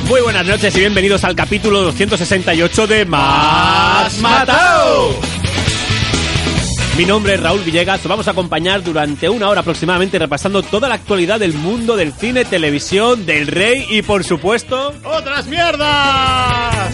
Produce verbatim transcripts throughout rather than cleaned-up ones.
Muy buenas noches y bienvenidos al capítulo doscientos sesenta y ocho de Más Matao. Mi nombre es Raúl Villegas, os vamos a acompañar durante una hora aproximadamente repasando toda la actualidad del mundo del cine, televisión, del rey y por supuesto... ¡otras mierdas!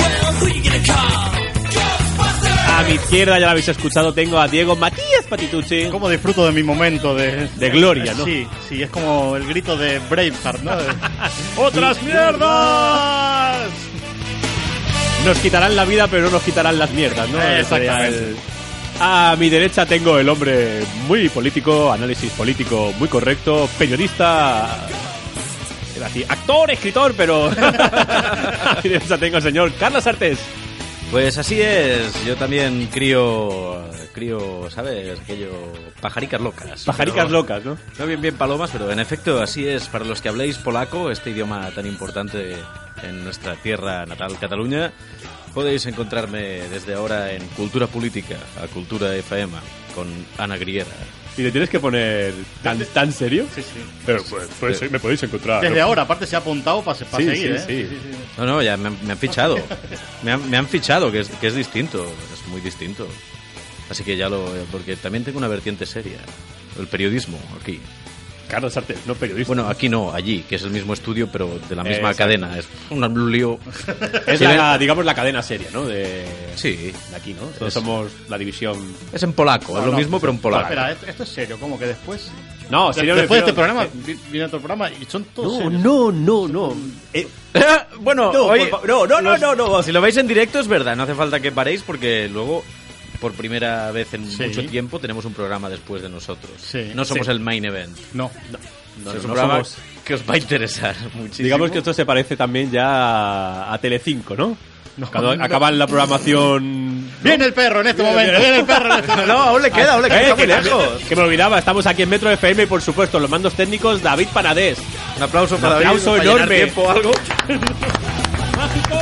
A mi izquierda, ya lo habéis escuchado, tengo a Diego Matías Patitucci. ¿Cómo disfruto de mi momento de... De gloria, ¿no? Sí, sí, es como el grito de Braveheart, ¿no? De, ¡otras mierdas! Nos quitarán la vida, pero no nos quitarán las mierdas, ¿no? Exactamente. A mi derecha tengo el hombre muy político, análisis político muy correcto, periodista... Era así, actor, escritor, pero... A mi derecha tengo al señor Carlos Artés. Pues así es, yo también crío, crío, ¿sabes? Aquello, pajaricas locas. Pajaricas pero, locas, ¿no? No bien bien palomas, pero en efecto así es. Para los que habléis polaco, este idioma tan importante en nuestra tierra natal, Cataluña, podéis encontrarme desde ahora en Cultura Política, a Cultura F M, con Ana Griera. ¿Y le tienes que poner tan, tan serio? Sí, sí. Pero pues, pues sí, me podéis encontrar. Desde ¿no? ahora, aparte se ha apuntado para pa sí, seguir, sí, ¿eh? Sí. Sí, sí, sí. No, no, ya me, me han fichado. Me han, me han fichado, que es, que es distinto, es muy distinto. Así que ya lo... Porque también tengo una vertiente seria, el periodismo, aquí. Carlos Artés, no periodista. Bueno, aquí no, allí, que es el mismo estudio, pero de la misma Exacto. cadena. Es un lío. Es Sí, la, digamos, la cadena seria, ¿no? De, Sí. de aquí, ¿no? Todos Es- somos la división... Es en polaco, No, es lo no, mismo, pero en polaco. Espera, esto, esto es serio, ¿cómo que después? No, De- serio, después de este pero- programa vi- viene otro programa y son todos No, serios. no, no, no. Eh, bueno, No, hoy- por fa- no, no, no, los- no, no. Si lo veis en directo es verdad, no hace falta que paréis porque luego, por primera vez en Sí. mucho tiempo, tenemos un programa después de nosotros. Sí. No somos Sí. el main event. No. no, es un no programa somos- que os va a interesar muchísimo. Digamos que esto se parece también ya a, a Telecinco, ¿no? No, Cuando no. acaban la programación... Viene el perro en este Viene, momento, viene. viene el perro en este momento. No, aún le queda, aún le queda, Eh, está muy que, lejos. que me olvidaba, estamos aquí en Metro F M y por supuesto los mandos técnicos David Panadés. Un aplauso Un para David, aplauso para llenar enorme. tiempo o algo. Mágico.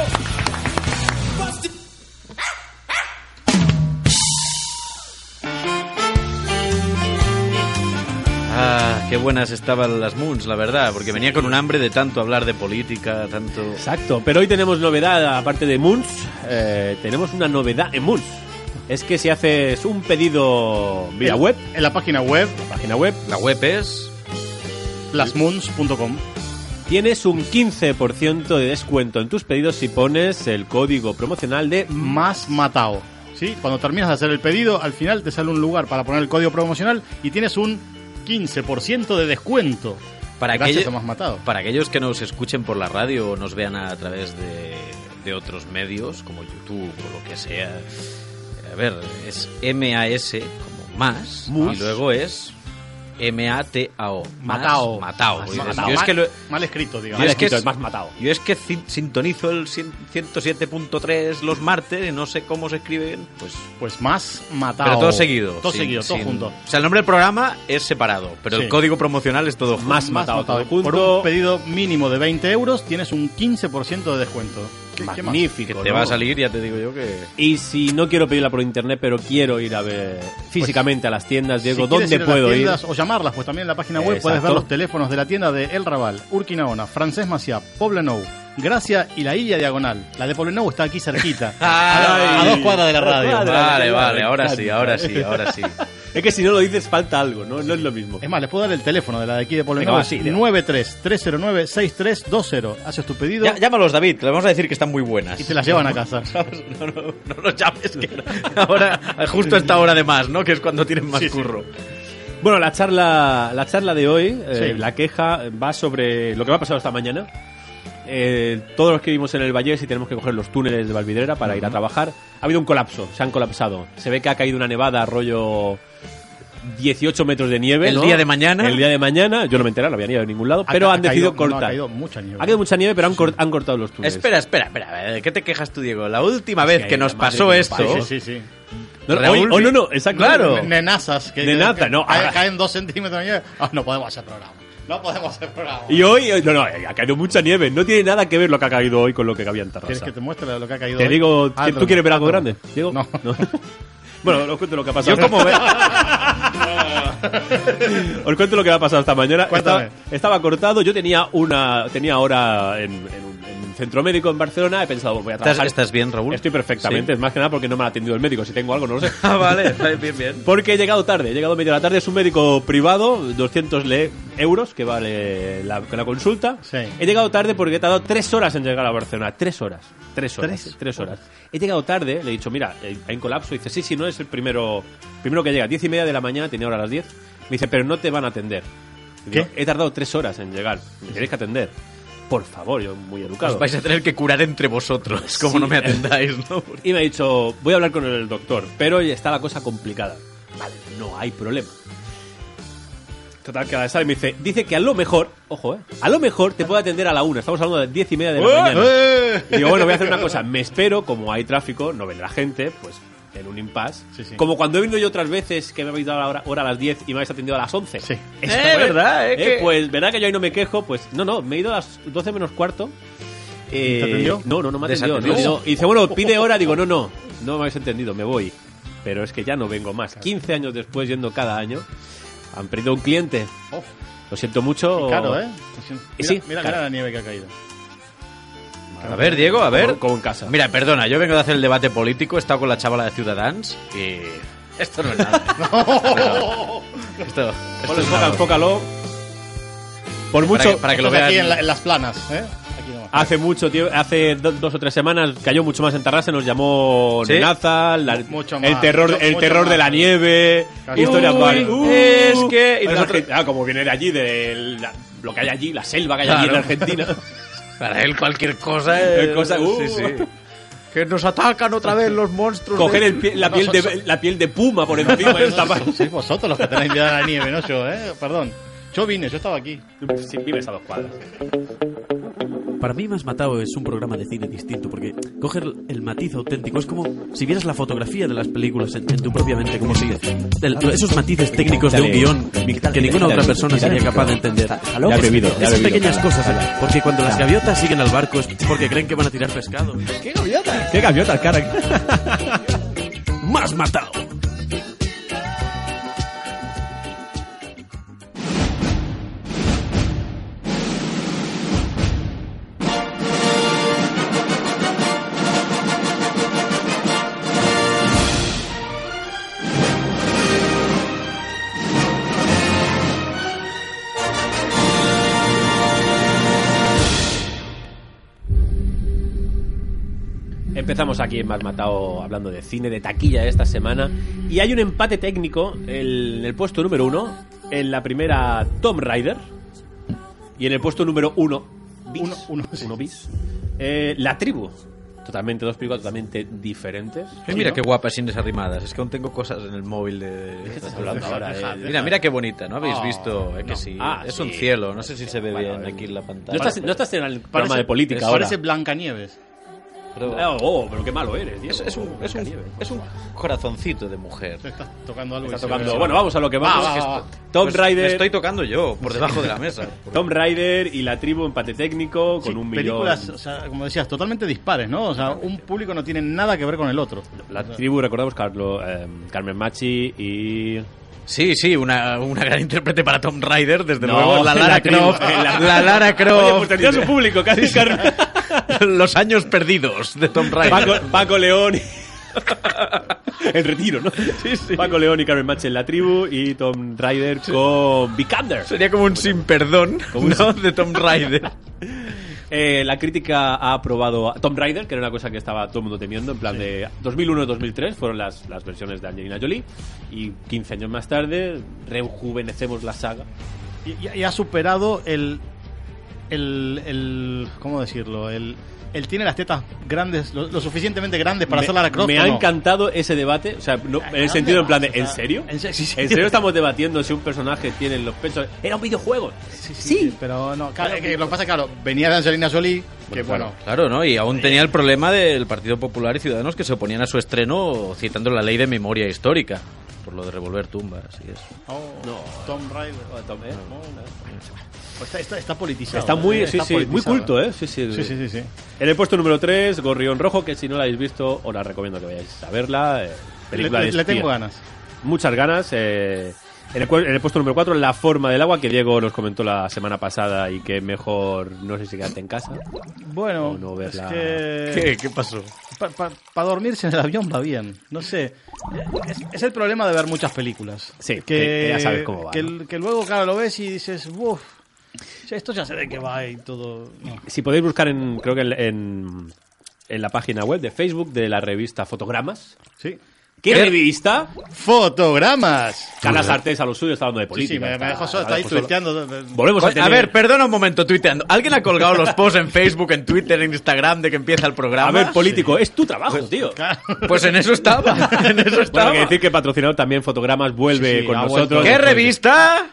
Ah, qué buenas estaban las Moons, la verdad, porque venía con un hambre de tanto hablar de política, tanto... Exacto, pero hoy tenemos novedad, aparte de Moons, eh, tenemos una novedad en Moons. Es que si haces un pedido vía En- web, En la página web, página web, La web es... plasmoons punto com. tienes un quince por ciento de descuento en tus pedidos si pones el código promocional de Más Matao. ¿Sí? Cuando terminas de hacer el pedido, al final te sale un lugar para poner el código promocional y tienes un quince por ciento de descuento. Para, Gracias aquello- a Más Matao. para aquellos que nos escuchen por la radio o nos vean a través de, de otros medios, como YouTube o lo que sea, a ver, es M A S como más, Mus. y luego es M A T A O. Más Matao. Matao. Más Y dices, Matao. Yo es que lo- Mal escrito, digamos. Mal es que escrito, es- es más matado. yo es que ci- sintonizo el cien- ciento siete punto tres los martes y no sé cómo se escriben, pues... Pues Más Matao. Pero todo seguido. Todo sin- seguido, todo sin- junto. O sea, el nombre del programa es separado, pero Sí. el código promocional es todo junto. Más Más matado, Matao. todo junto. Por un pedido mínimo de veinte euros tienes un quince por ciento de descuento. ¿Qué- qué más? Magnífico, Que te ¿no? va a salir, ya te digo yo que... Y si no quiero pedirla por internet, pero quiero ir a ver físicamente a las tiendas, Diego, Si quieres ¿dónde ir a las puedo ir? tiendas o llamarlas, pues también en la página web Exacto. puedes ver los teléfonos de la tienda de El Raval, Urquinaona, Francés Maciá, Poblenou, Gracia y la Illa Diagonal. La de Poblenou está aquí cerquita, a, a dos cuadras de la radio. Madre. Vale, Me vale, ahora sí, encanta. ahora sí, ahora sí. Es que si no lo dices falta algo, ¿no? No es lo mismo. Es más, les puedo dar el teléfono de la de aquí de Poblenou, Venga, va, es sí, Diego. nueve tres tres cero nueve seis tres dos cero. Haces tu pedido Ya- llámalos, David, que le vamos a decir que están muy buenas. y te las llevan a casa. ¿Sabes? No, no, no los llames, que ahora, justo a esta hora de más, ¿no? Que es cuando tienen más Sí, sí. curro. Bueno, la charla, la charla de hoy, eh, Sí. la queja, va sobre lo que me ha pasado esta mañana. Eh, todos los que vivimos en el Vallés y tenemos que coger los túneles de Valvidrera para ir a trabajar, ha habido un colapso, se han colapsado. Se ve que ha caído una nevada rollo dieciocho metros de nieve. El ¿no? día de mañana. El día de mañana, yo no me enteré, no había nieve en ningún lado, pero Ha- han ha decidido caído- no, cortar. ha caído mucha nieve. Ha caído mucha nieve, pero han, cort- han cortado los túneles. Espera, espera, espera. ¿De qué te quejas tú, Diego? La última vez que que la nos madre pasó que me esto... parió. Sí, sí, sí. No, Raúl, hoy- oh, no, no, exacto. claro. Ne- Nenazas. Que, Nenaza, que- no, Caen, ah. caen dos centímetros de nieve. Ah, no podemos hacer programa. No podemos hacer programa. Y hoy, no, no, ha caído mucha nieve. No tiene nada que ver lo que ha caído hoy con lo que había en Tarrasa. ¿Quieres que te muestre lo que ha caído Te hoy? digo, Ah, ¿tú pero- quieres ver algo ah, grande? Diego? No. Bueno, os cuento lo que ha pasado. Yo como ve... Os cuento lo que me ha pasado esta mañana. Cuéntame. Estaba, estaba cortado, yo tenía una tenía hora en, en, un, en un centro médico en Barcelona, he pensado, voy a trabajar. ¿Estás, ¿Estás bien, Raúl? Estoy perfectamente, Sí. es más que nada porque no me ha atendido el médico, si tengo algo no lo sé. Ah, vale, bien, bien. Porque he llegado tarde, he llegado media de la tarde, es un médico privado, doscientos le- euros que vale la, la consulta. Sí. He llegado tarde porque he tardado tres horas en llegar a Barcelona, tres horas, tres horas, ¿Tres? tres horas. He llegado tarde, le he dicho, mira, eh, hay un colapso, y dice, sí, sí, no es el primero, primero que llega, diez y media de la mañana, tenía hora a las diez, me dice, pero no te van a atender. Y digo, ¿Qué? he tardado tres horas en llegar, me tenéis que atender. Por favor, yo muy educado. Os vais a tener que curar entre vosotros, como Sí. no me atendáis, ¿no? Y me ha dicho, voy a hablar con el doctor, pero está la cosa complicada. Vale, no hay problema. Total, que a la sala me dice, dice que a lo mejor, ojo, eh, a lo mejor te puede atender a la una. Estamos hablando de diez y media de la mañana. ¡Eh! Y digo, bueno, voy a hacer una cosa, me espero, como hay tráfico, no vendrá gente, pues en un impasse. Sí, sí. Como cuando he venido yo otras veces que me habéis dado la hora, hora a las diez y me habéis atendido a las once. Sí. Esto, Eh, ¿verdad? Eh, Eh, que- Pues verdad que yo ahí no me quejo, pues no, no, me he ido a las doce menos cuarto. Eh, ¿Te atendió? No, no, no me ha atendido. ¿Desatendió? no, no. Y dice, bueno, pide hora, digo, no, no, no me habéis entendido, me voy. Pero es que ya no vengo más. quince años después, yendo cada año, han perdido un cliente. Oh, Lo siento mucho. caro, ¿eh? Mira, Sí, mira, claro. mira la nieve que ha caído. A ver, Diego, a ver. Como, como en casa. Mira, perdona, yo vengo de hacer el debate político, he estado con la chavala de Ciudadans y... Esto no es nada. No. Esto, esto Ponle, es enfoca- nada. enfócalo. Por Para mucho. que- para que lo Esto es aquí vean. en, la- en las planas, ¿eh? Aquí nomás. Hace mucho, tío, hace do- dos o tres semanas cayó mucho más en Tarrasa, nos llamó ¿Sí? Nenaza, la- Mucho el más, terror, mucho- el mucho terror de más. la nieve, Casi. historias Uy, varias. es que- y Pero nosotros- es que, ah, como viene de allí, de la- lo que hay allí, la selva que hay allí en Claro. Argentina. Para él cualquier cosa es... Cosa- uh. Sí, sí. Que nos atacan otra vez los monstruos. Coger de- el pie- la, No, piel so- de, so- la piel de puma por encima y esta parte. Sois vosotros los que tenéis miedo a la nieve, no yo, ¿eh? Perdón. Yo vine, yo estaba aquí. Sí, vives a dos cuadras. Para mí, Me has matado es un programa de cine distinto porque coge el, el matiz auténtico. Es como si vieras la fotografía de las películas en, en tu propia mente, como si el- esos matices técnicos de un guión que ninguna otra persona sería capaz de entender. Ya he bebido, ya he Esas bebido. pequeñas cosas, ¿eh? Porque cuando las gaviotas siguen al barco es porque creen que van a tirar pescado. ¿Qué gaviota, cara? ¡Me has matado! Empezamos aquí en Más Matado hablando de cine, de taquilla esta semana. Y hay un empate técnico el- en el puesto número uno. En la primera, Tomb Raider. Y en el puesto número uno, bis, Uno- uno, sí. uno bis, eh, La Tribu. Totalmente, dos películas totalmente diferentes. Eh, mira qué guapas sin desarrimadas. Es que aún tengo cosas en el móvil de... ¿Qué estás hablando ahora? Deja, eh? deja. Mira, mira qué bonita, ¿no? ¿Habéis Oh, visto? Eh, que sí. Ah, es sí. un cielo. No sé si se ve Bueno, bien eh, aquí en la No pantalla. estás, no estás en el programa de política es- ahora. Parece Blancanieves. Pero- Oh, oh, pero qué malo eres, Diego. es, es un, es, un, es un corazoncito de mujer. Te estás tocando algo. Está y se tocando. ve- Bueno, vamos a lo que vamos. Va, que va, es- va. Tomb Pues Raider. me estoy tocando yo, por debajo de la mesa. Tomb Raider y La Tribu, empate técnico, con Sí, un millón. películas, o sea, como decías, totalmente dispares, ¿no? O sea, un público no tiene nada que ver con el otro. La Tribu, recordamos, Carlo, eh, Carmen Machi y... Sí, sí, una, una gran intérprete para Tomb Raider, desde No, luego. La en Lara La Tribu, Croft. en la- La Lara Croft. Oye, pues tendría su público, casi Carmen. Los años perdidos de Tomb Raider. Paco, Paco León y... El retiro, ¿no? Sí, sí. Paco León y Carmen Machi en La Tribu y Tomb Raider con Vikander. Sería como un sin perdón, ¿no? De Tomb Raider. Eh, la crítica ha aprobado a Tomb Raider, que era una cosa que estaba todo el mundo temiendo, en plan de dos mil uno dos mil tres fueron las, las versiones de Angelina Jolie, y quince años más tarde rejuvenecemos la saga. Y, y- y ha superado el, el, el. ¿Cómo decirlo? El. Él tiene las tetas grandes, lo, lo suficientemente grandes para me, hacer Lara Croft. me ¿o ha no? encantado ese debate, o sea, no, en el sentido en plan de, O sea, ¿en serio? en se- sí, sí. ¿En serio estamos debatiendo si un personaje tiene los pechos? Era un videojuego. Sí, sí, sí, pero no. Claro, que lo que pasa es que, claro, venía de Angelina Jolie, que bueno. Claro, ¿no? Y aún tenía el problema del Partido Popular y Ciudadanos que se oponían a su estreno citando la ley de memoria histórica. Por lo de revolver tumbas y eso. Oh, No. Tomb Raider. Tom- ¿eh? Pues está, está, está politizado. Está muy, ¿eh? sí, Está sí, muy politizado, culto, ¿eh? Sí, sí, Sí, sí, sí, sí. En el puesto número tres, Gorrión Rojo, que si no la habéis visto, os la recomiendo que vayáis a verla. eh, película le, de le espía. tengo ganas. Muchas ganas. Eh, en, el, cu- en el puesto número cuatro, La forma del agua, que Diego nos comentó la semana pasada y que mejor, no sé si quedarte en casa. Bueno, O no verla. es que... ¿Qué? ¿Qué pasó? Para pa, pa dormirse en el avión va bien. No sé. Es, es el problema de ver muchas películas. Sí, que- que ya sabes cómo va, Que, ¿no? que luego, claro, lo ves y dices, uff, esto ya sé de qué va y todo. No. Si podéis buscar en, creo que en, en, en la página web de Facebook de la revista Fotogramas. Sí. ¿Qué revista? Fotogramas. Carlas Artés a lo suyo está hablando de Sí, política. sí, me, me está- dejó solo, está ahora ahí pues solo. tuiteando. Volvemos a A tener... ver, perdona un momento, tuiteando. ¿Alguien ha colgado los posts en Facebook, en Twitter, en Instagram de que empieza el programa? A ver, político, es tu trabajo, tío. Claro. Pues en eso estaba. En eso Bueno, estaba. hay que decir que patrocinador también Fotogramas vuelve Sí, sí, con ha nosotros. vuelto. ¿Qué revista?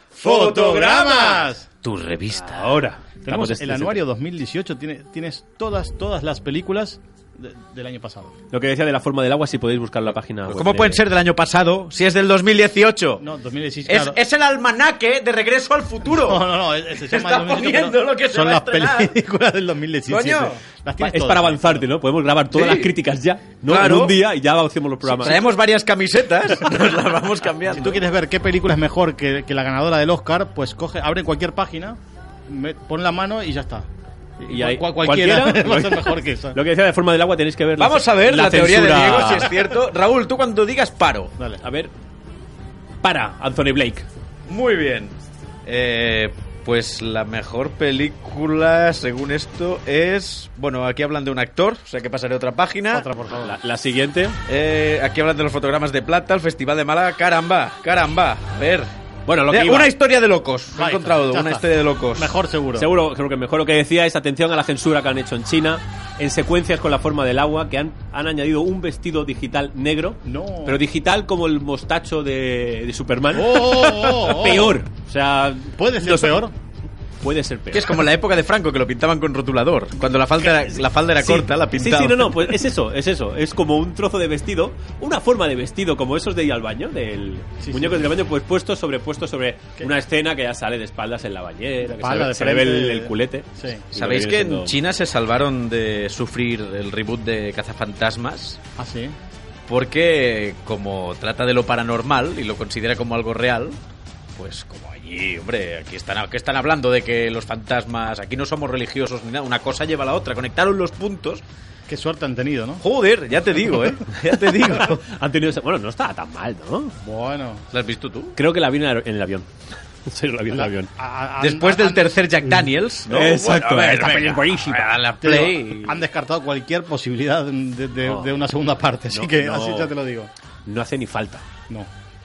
Fotogramas. Tu revista. Ahora. Tenemos Estamos el de- anuario dos mil dieciocho, tiene, tienes todas, todas las películas de- del año pasado. Lo que decía de La forma del agua, si podéis buscar la página web. ¿Cómo de- pueden ser del año pasado si es del dos mil dieciocho? No, dos mil dieciocho, Es, claro. es el almanaque de Regreso al Futuro. No, no, no, es- se llama Está dos mil dieciocho, poniendo pero lo que se son va a las estrenar. películas del dos mil diecisiete. Coño. Las tienes Es todas. para avanzarte, ¿no? Podemos grabar todas Sí. las críticas ya, ¿no? Claro. En un día y ya hacemos los programas. Traemos varias camisetas, nos las vamos Si cambiando. tú quieres ver qué película es mejor que, que la ganadora del Oscar, pues coge, abre cualquier página, me- pon la mano y ya está. Y ahí- Cual- cualquiera cualquiera va a ser mejor que esa. Lo que decía de Forma del agua tenéis que ver. Vamos a ver la, teoría de censura- Diego, si es cierto. Raúl, tú cuando digas paro. Dale. A ver. Para, Anthony Blake. Muy bien. Eh, pues la mejor película, según esto, es... Bueno, aquí hablan de un actor, o sea que pasaré a otra página. Otra, por favor. La, la siguiente. Eh, aquí hablan de los fotogramas de plata, el Festival de Málaga. Caramba, caramba. A ver. Bueno, lo que Eh, iba. una historia de locos. He Ahí encontrado está, ya una está. historia de locos. Mejor seguro. Seguro, creo que mejor lo que decía es atención a la censura que han hecho en China en secuencias con La forma del agua, que han, han añadido un vestido digital negro, No. pero digital como el mostacho de, de Superman. Oh, oh, oh, oh. Peor. O sea, ¿Puede ser no sé. peor? Puede ser peor. Que es como en la época de Franco, que lo pintaban con rotulador. Cuando la falda era, la falda era Sí, corta, la Sí, pintaban. sí, no, no, pues es eso, es eso. Es como un trozo de vestido, una forma de vestido, como esos de ir al baño, del Sí, muñeco sí. del baño, pues puesto sobre, puesto sobre una escena que ya sale de espaldas en la bañera, que Espalda, se, de ve- se le ve el, frente. el culete. Sí. Y lo ¿Sabéis viene que en siendo- China se salvaron de sufrir el reboot de Cazafantasmas? Ah, sí. Porque como trata de lo paranormal y lo considera como algo real, pues como allí, hombre, aquí están, aquí están hablando de que los fantasmas, aquí no somos religiosos ni nada, una cosa lleva a la otra, conectaron los puntos. Qué suerte han tenido, ¿no? Joder, ya te digo, ¿eh? Ya te digo. Han tenido ese- Bueno, no estaba tan mal, ¿no? Bueno. ¿La has visto tú? Creo que la vi en el, en el avión. En serio, la vi en el avión. A- a- Después han- del tercer Jack Daniels, ¿no? Exacto, Bueno, a ver, esta venga, peli es buenísima. a la te digo, play. han descartado cualquier posibilidad de, de- No. de una segunda parte, así No, que no. así ya te lo digo. No hace ni falta. No.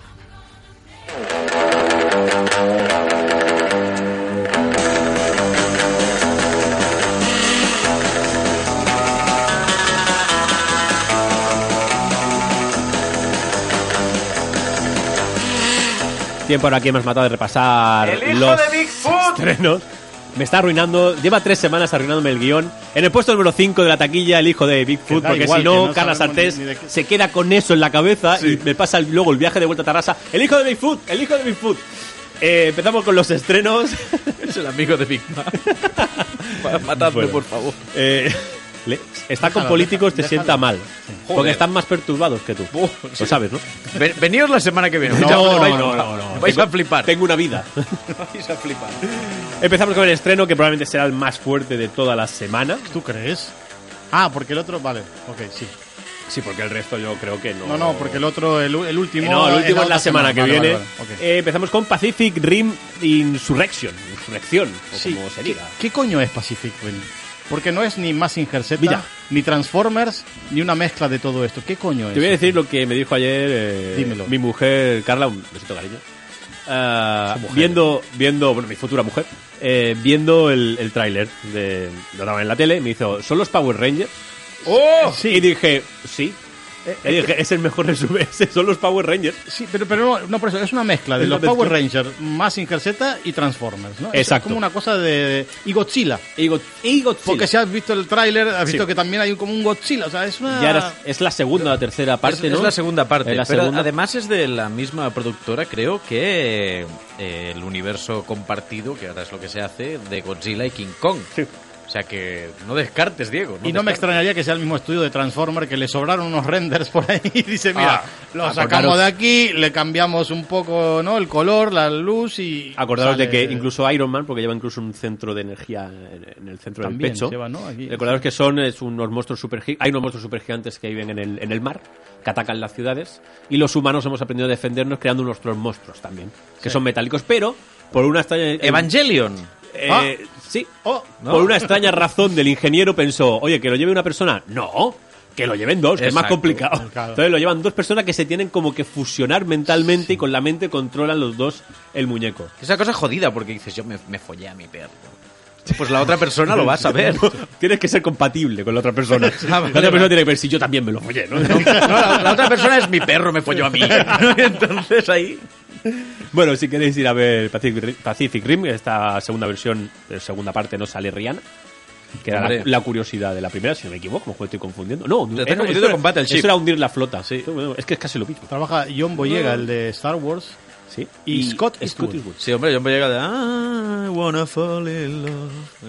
Tiempo ahora que me has matado de repasar ¡El hijo los de Bigfoot! estrenos. Me está arruinando, lleva tres semanas arruinándome el guión. En el puesto número cinco de la taquilla, el hijo de Bigfoot, Que da porque igual, si no, que no Carla sabemos Sartés ni- ni de qué- se queda con eso en la cabeza y me pasa el- luego el viaje de vuelta a Tarrasa. El hijo de Bigfoot, el hijo de Bigfoot. Eh, empezamos con los estrenos. Es el amigo de Big Mac. Matadme, Bueno. por favor. Eh, le- está con Déjalo, políticos, te déjalo, sienta déjalo. mal. Porque Joder. están más perturbados que tú. Oh, Lo sí. sabes, ¿no? Ven- veníos la semana que viene. No, Vais a- no, vais- no, no, no. Vais Tengo- a flipar. Tengo una vida. Vais a flipar. Empezamos con el estreno, que probablemente será el más fuerte de toda la semana. ¿Tú crees? Ah, porque el otro, vale, ok, sí. Sí, porque el resto yo creo que no. No, no, porque el otro, el, el último... Eh, no, el último es la otra semana que Vale, viene. vale, vale, ok. Eh, empezamos con Pacific Rim Insurrection. Insurrección, o Sí, como se ¿qué, diga. ¿qué coño es Pacific Rim? Porque no es ni Mazinger Z, Mira. ni Transformers, ni una mezcla de todo esto. ¿Qué coño es? Te voy a decir lo que me dijo ayer eh, Dímelo. mi mujer, Carla, un besito cariño. Ah, Su mujer. viendo, viendo, bueno, mi futura mujer, eh, viendo el, el tráiler de lo daban en la tele, me hizo, ¿son los Power Rangers? ¡Oh! Sí. Y dije, sí. Y dije, es el mejor resumen, son los Power Rangers. Sí, pero, pero no, no por eso, es una mezcla de Es los una Power mezcla. Rangers, Mazinger Z y Transformers, ¿no? Es- Exacto. Es como una cosa de... Y Godzilla. Y, Go- y Godzilla. Porque si has visto el tráiler, has visto Sí. que también hay como un Godzilla, o sea, es una... Ya era- es la segunda o tercera parte, es, ¿no? es la segunda parte, Es la pero segunda. además es de la misma productora, creo, que eh, el universo compartido, que ahora es lo que se hace, de Godzilla y King Kong. Sí. O sea que no descartes, Diego. No y no me descartes. extrañaría que sea el mismo estudio de Transformer, que le sobraron unos renders por ahí y dice, mira, Ah, lo acordaros- sacamos de aquí, le cambiamos un poco, ¿no? El color, la luz y... Acordaros sale- de que incluso Iron Man, porque lleva incluso un centro de energía en, en el centro También del pecho. lleva, ¿no? Aquí. Recordaros que son es unos monstruos super gi- hay unos monstruos super gigantes que viven en el, en el mar, que atacan las ciudades, y los humanos hemos aprendido a defendernos creando unos otros monstruos también, que son metálicos, pero por una extraña... Evangelion. Eh, Ah. Sí, Oh, ¿no? por una extraña razón del ingeniero pensó, oye, que lo lleve una persona. No, que lo lleven dos, que es más Exacto, complicado. claro. Entonces lo llevan dos personas que se tienen como que fusionar mentalmente y con la mente controlan los dos el muñeco. Esa cosa jodida porque dices, yo me, me follé a mi perro. Pues la otra persona lo va a saber. Tienes que ser compatible con la otra persona. La otra persona tiene que ver si yo también me lo follé, ¿no? No, la, la otra persona es mi perro, me folló a mí. Entonces ahí... Bueno, si queréis ir a ver Pacific, Ri- Pacific Rim, esta segunda versión, eh, segunda parte, no sale Rihanna. Que era la, Hombre. la curiosidad de la primera, si no me equivoco, mejor estoy confundiendo. No, Te estás era- confundiendo eso con Battleship. Eso era hundir la flota. Sí. Es que es casi lo mismo. Trabaja John Boyega, el de Star Wars, Sí. y, Scott Eastwood. Sí, hombre, yo me llega de... I wanna fall in love.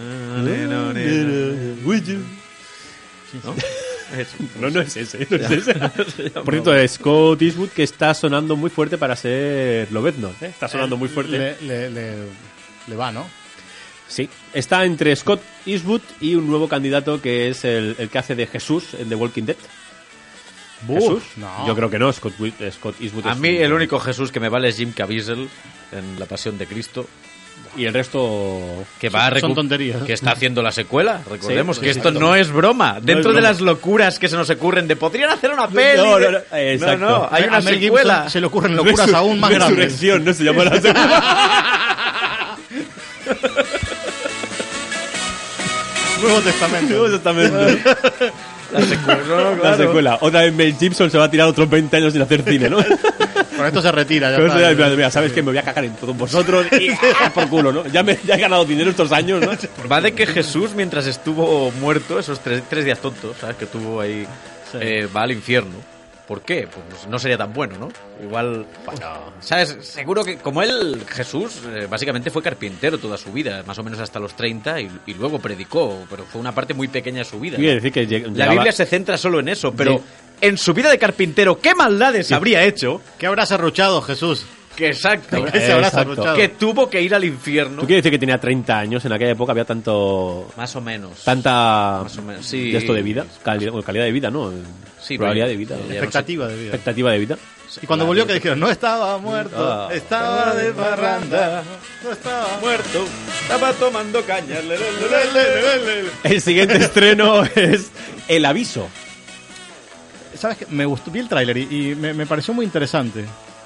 ¿No? Es- No, no es ese, no es ese. Por cierto, es Scott Eastwood, que está sonando muy fuerte para ser Lobezno. ¿eh? Está sonando muy fuerte. Le, le, le, le va, ¿no? Sí. Está entre Scott Eastwood y un nuevo candidato que es el, el que hace de Jesús en The Walking Dead. ¿Jesús? no. Yo creo que no, Scott, Wi- eh, Scott Eastwood A es mí un- el único Jesús que me vale es Jim Caviezel en La Pasión de Cristo. Y el resto... Que va a Son recu- tonterías. Que está haciendo la secuela. Recordemos Sí, que sí, esto sí. no es broma. Dentro es de broma. las locuras que se nos ocurren de podrían hacer una peli. No, de- no, no, exacto. no, no, hay A una Mel secuela. Gibson se le ocurren locuras aún más grandes. Resurrección, no se llama la Nuevo Testamento. Exactamente. La secuela. no, no, La claro. secuela. Otra vez Mel Gibson se va a tirar otros veinte años sin hacer cine, ¿no? Con esto se retira. Ya Pero está. eso ya, mira, mira, sabes que me voy a cagar en todos vosotros y ¡ah! Por culo, ¿no? Ya, me, ya he ganado dinero estos años, ¿no? Va de que Jesús, mientras estuvo muerto, esos tres, tres días tontos, ¿sabes? Que tuvo ahí, Sí. eh, va al infierno. ¿Por qué? Pues no sería tan bueno, ¿no? Igual, ¿sabes? Seguro que como él, Jesús, eh, básicamente fue carpintero toda su vida, más o menos hasta los treinta, y, y luego predicó, pero fue una parte muy pequeña de su vida. Quiere ¿no? decir que lleg- La llegaba- Biblia se centra solo en eso, pero Sí. en su vida de carpintero, ¿qué maldades habría hecho? ¿Qué habrás arruchado, Jesús? Que exacto, ¿Qué se habrás Exacto. arruchado? que tuvo que ir al infierno. ¿Tú quieres decir que tenía treinta años? En aquella época había tanto... Más o menos. Tanta... Más o menos, sí. de esto de vida. Calidad, bueno, calidad de vida, ¿no? Sí, Probabilidad pero- de vida. ya no sé. Expectativa de vida. Expectativa de vida. Y cuando Claro. volvió, que dijeron, no estaba muerto, Ah. estaba de parranda, no estaba Muerto, estaba tomando caña. le, le, le, le, le, le. El siguiente estreno es El Aviso. ¿Sabes qué? Me gustó, vi el tráiler y, y me, me pareció muy interesante.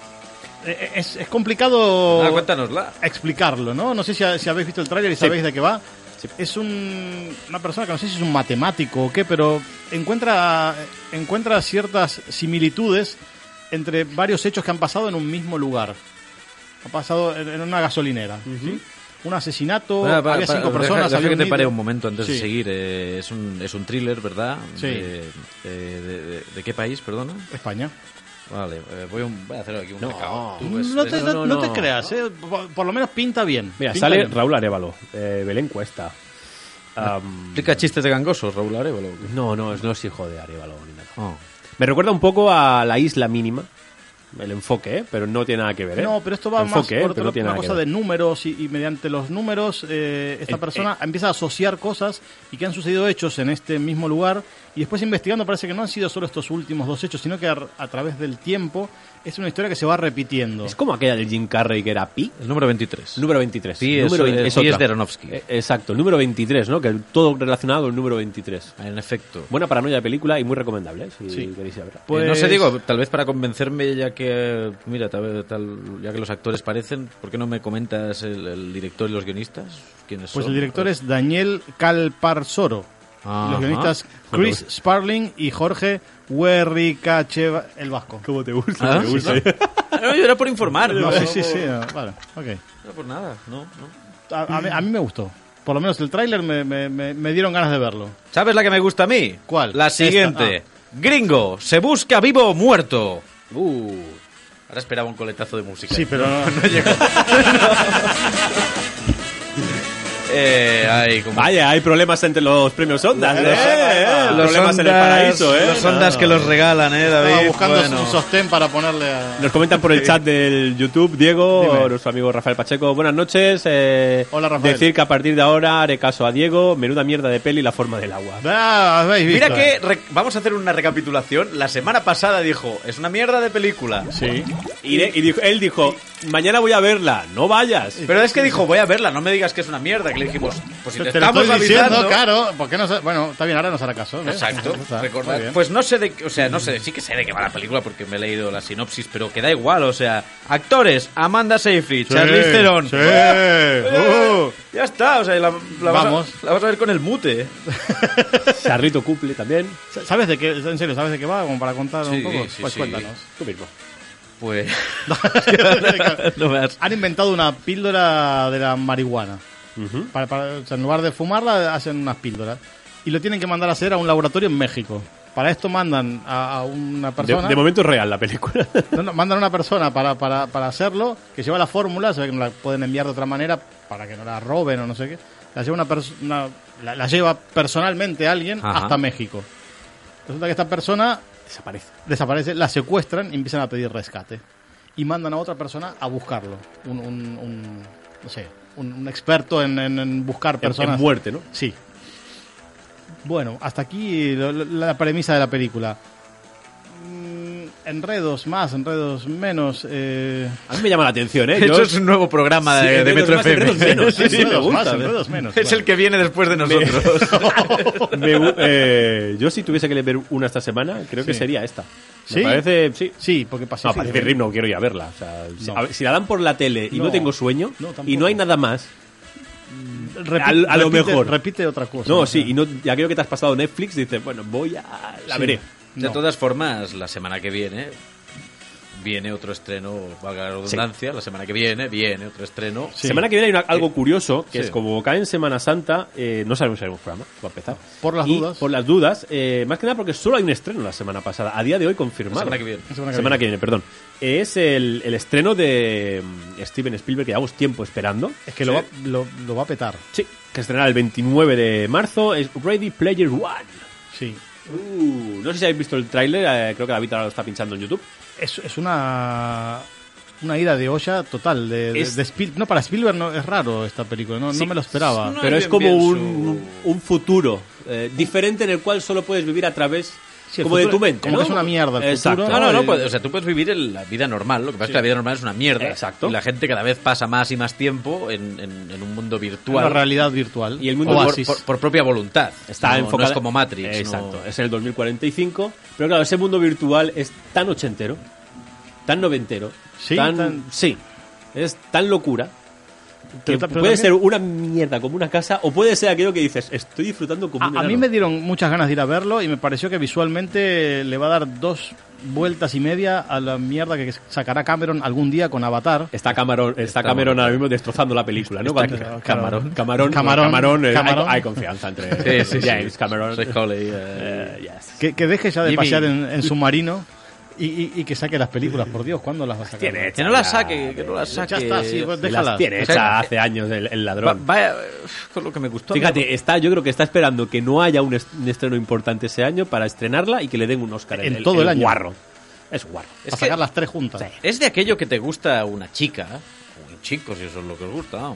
Eh, Es, es complicado Ah, cuéntanosla. explicarlo, ¿no? No sé si, si habéis visto el tráiler y sabéis de qué va. Es un- una persona que no sé si es un matemático o qué, pero encuentra, encuentra ciertas similitudes entre varios hechos que han pasado en un mismo lugar. Ha pasado en, en una gasolinera. ¿sí? Un asesinato, Para, para, había para, cinco deja- personas. deja había que un te niño. pare un momento antes de Sí. seguir. Eh, es, un, es un thriller, ¿verdad? Sí. De, de, de- de- ¿de qué país, perdona? España. Vale, eh, voy, a un- voy a hacer aquí un No. recado. Tú ves- No ves- te, no, no, no, no te no. creas, ¿eh? por, por lo menos pinta bien. Mira, Pinta sale bien. Raúl Arévalo, eh, Belén Cuesta. Am, ¿Explica chistes de gangosos, Raúl Arévalo? no, no, es- no es hijo de Arévalo ni nada. Oh. Me recuerda un poco a La Isla Mínima, el enfoque, ¿eh? Pero no tiene nada que ver, ¿eh? No, pero esto va Enfoque, más ¿eh? por Pero no otra- tiene una nada que cosa ver. de números y, y mediante los números eh, esta Eh, persona empieza a asociar cosas y que han sucedido hechos en este mismo lugar y después investigando parece que no han sido solo estos últimos dos hechos, sino que a, a través del tiempo es una historia que se va repitiendo. Es como aquella del Jim Carrey que era Pi. El número veintitrés. Número veintitrés. Sí, número eso- veinte- eh, sí, otra. es de Aronofsky. Eh, exacto, el número veintitrés, ¿no? Que todo relacionado al número veintitrés. En efecto. Buena paranoia de película y muy recomendable, ¿eh? Si Sí. queréis ir a verla. Pues- Eh, no sé, digo, tal vez para convencerme, ya que, mira, tal, vez- tal- ya que los actores parecen, ¿por qué no me comentas el, el director y los guionistas? ¿Quiénes Pues son? el director es Daniel Calparsoro. Ajá. Los guionistas Chris Sparling y Jorge Huerricacheva, el vasco. ¿Cómo te gusta? Ah, Me sí, gusta. ¿no? Ah, no, yo era por informar. No, No, sí, sí, sí. no, Vale, ok. No por nada, no, no. A, a mí, a mí me gustó. Por lo menos el tráiler me, me, me- me dieron ganas de verlo. ¿Sabes la que me gusta a mí? ¿Cuál? La siguiente. Esta, Gringo, se busca vivo o muerto. Uh, ahora esperaba un coletazo de música. Sí, pero no, no llegó. Eh, ay, como... Vaya, hay problemas entre los premios Ondas, ¿eh? ¿eh? Los Problemas ondas, en el paraíso, ¿eh? Los ondas que los regalan, ¿eh, David? Estaba buscando Bueno. un sostén para ponerle a... Nos comentan por el chat del YouTube, Diego, Dime. nuestro amigo Rafael Pacheco. Buenas noches. Eh, Hola, Rafael. Decir que a partir de ahora haré caso a Diego. Menuda mierda de peli, La forma del agua. Ah, ¿habéis visto? Mira que re- vamos a hacer una recapitulación. La semana pasada dijo, es una mierda de película. Sí. Y, de- y dijo- él dijo, mañana voy a verla, no vayas. Pero es que dijo, voy a verla, no me digas que es una mierda. Que le dijimos, pues si te, Te lo estamos estoy diciendo, avisando... claro. ¿Por qué no se... Bueno, está bien, ahora nos hará caso. ¿ves? Exacto, Ya está, recordad. muy bien. Pues no sé de, o sea, no sé, sí que sé de qué va la película porque me he leído la sinopsis, pero que da igual, o sea, actores, Amanda Seyfried, Sí, Charlize Theron. sí. ¡Oh! Uh. Ya está, o sea, la, la vas a- Vamos. la vas a ver con el mute. Charrito cumple también. ¿Sabes de qué? En serio, ¿sabes de qué va? Como para contar Sí, un poco. sí, Pues sí. cuéntanos. Tú mismo. Pues no me has- Han inventado una píldora de la marihuana. Ujú. Para, para- o sea, en lugar de fumarla, hacen unas píldoras. Y lo tienen que mandar a hacer a un laboratorio en México. Para esto mandan a, a una De, persona. de momento es real la película. No, no, mandan a una persona para, para, para hacerlo, que lleva la fórmula, se ve que no la pueden enviar de otra manera para que no la roben o no sé qué. La lleva, una pers- una- la, la lleva personalmente alguien Ajá. hasta México. Resulta que esta persona Desaparece. desaparece, la secuestran y empiezan a pedir rescate. Y mandan a otra persona a buscarlo. Un, un, un- no sé, un, un experto en, en- en buscar En, personas. en muerte, ¿no? Sí. Bueno, hasta aquí lo- lo- la premisa de la película. Mm, Enredos más, enredos menos. Eh... A mí me llama la atención, ¿eh? Yo- Esto es un nuevo programa Sí, de, de enredos Metro más, F M. enredos menos. Sí, sí, me enredos gusta. más, enredos menos. Es bueno. el que viene después de nosotros. me gu- eh, yo si tuviese que ver una esta semana, creo que Sí. sería esta. Me ¿Sí? parece, sí. Sí, porque No, Pacific, Pacific Rim no quiero ir a verla. O sea, si, No. a ver, si la dan por la tele y no, No. tengo sueño No, tampoco. y no hay nada más. Repi- a- a lo repite- mejor. Repite otra cosa. No, O sí, sea, y no, ya creo que te has pasado Netflix, dices, bueno, voy a. La sí. veré. De No. todas formas, la semana que viene viene otro estreno, valga la redundancia, la semana que viene viene otro estreno. Sí. Semana que viene hay una- algo curioso, que Sí. es como cae en Semana Santa, eh, no sabemos si haremos programa, va a empezar. Por las Y dudas. Por las dudas, eh, más que nada porque solo hay un estreno la semana pasada, a día de hoy confirmado. La semana que viene. La semana que Semana viene. que viene, perdón. Es el, el estreno de mm, Steven Spielberg que llevamos tiempo esperando. Es que lo, va, lo, lo va a petar. Sí, que estrenará el veintinueve de marzo. Es Ready Player One. Sí. Uh, no sé si habéis visto el tráiler, eh, creo que David ahora lo está pinchando en YouTube. Es, es una una ida de olla total. De, de- Es- de Spiel- no, para Spielberg no, es raro esta película. No, Sí. no me lo esperaba. No Pero es es bien, como bien un, un futuro eh, diferente en el cual solo puedes vivir a través Sí, el como de futuro- tu mente. como ¿no? que es una mierda el Exacto. futuro. No, no, no, Eh, pues, o sea, tú puedes vivir el- la vida normal, lo que pasa es que la vida normal es una mierda. Exacto. Y la gente cada vez pasa más y más tiempo en, en- en un mundo virtual. Una realidad virtual. Y el mundo por, Oasis. por- por propia voluntad. Está no, enfocado. no es como Matrix. Eh, Exacto, no- es en el dos mil cuarenta y cinco. Pero claro, ese mundo virtual es tan ochentero, tan noventero. Sí, tan, tan- sí. Es tan locura. Que Pero ta- pero puede también- ser una mierda como una casa, o puede ser aquello que dices, estoy disfrutando como un A, a mí enano. me dieron muchas ganas de ir a verlo y me pareció que visualmente le va a dar dos vueltas y media a la mierda que sacará Cameron algún día con Avatar. Está Cameron, está Está Cameron bueno. ahora mismo destrozando la película, ¿no? Está Cuando- claro, Cameron, claro. Cameron, Camarón, Cameron, eh, Camarón. Hay, hay confianza entre Sí, sí, sí. James Cameron. Soy Coley, eh, Eh, yes. Que, que deje ya de Jimmy. pasear en, en submarino y, y- y que saque las películas. Por Dios, ¿cuándo las va a sacar? Tiene Que no la saque, que no la Ya saque. está, sí, pues Y déjalas. las tiene O sea, hecha hace años el, el Va- ladrón. vaya, con lo que me gustó. Fíjate, está, yo creo que está esperando que no haya un, est- un estreno importante ese año para estrenarla y que le den un Oscar. En todo el año. Guarro. Es guarro. Es a que- sacar las tres juntas. Es de aquello que te gusta una chica, o un chico, si eso es lo que os gusta. ¿no?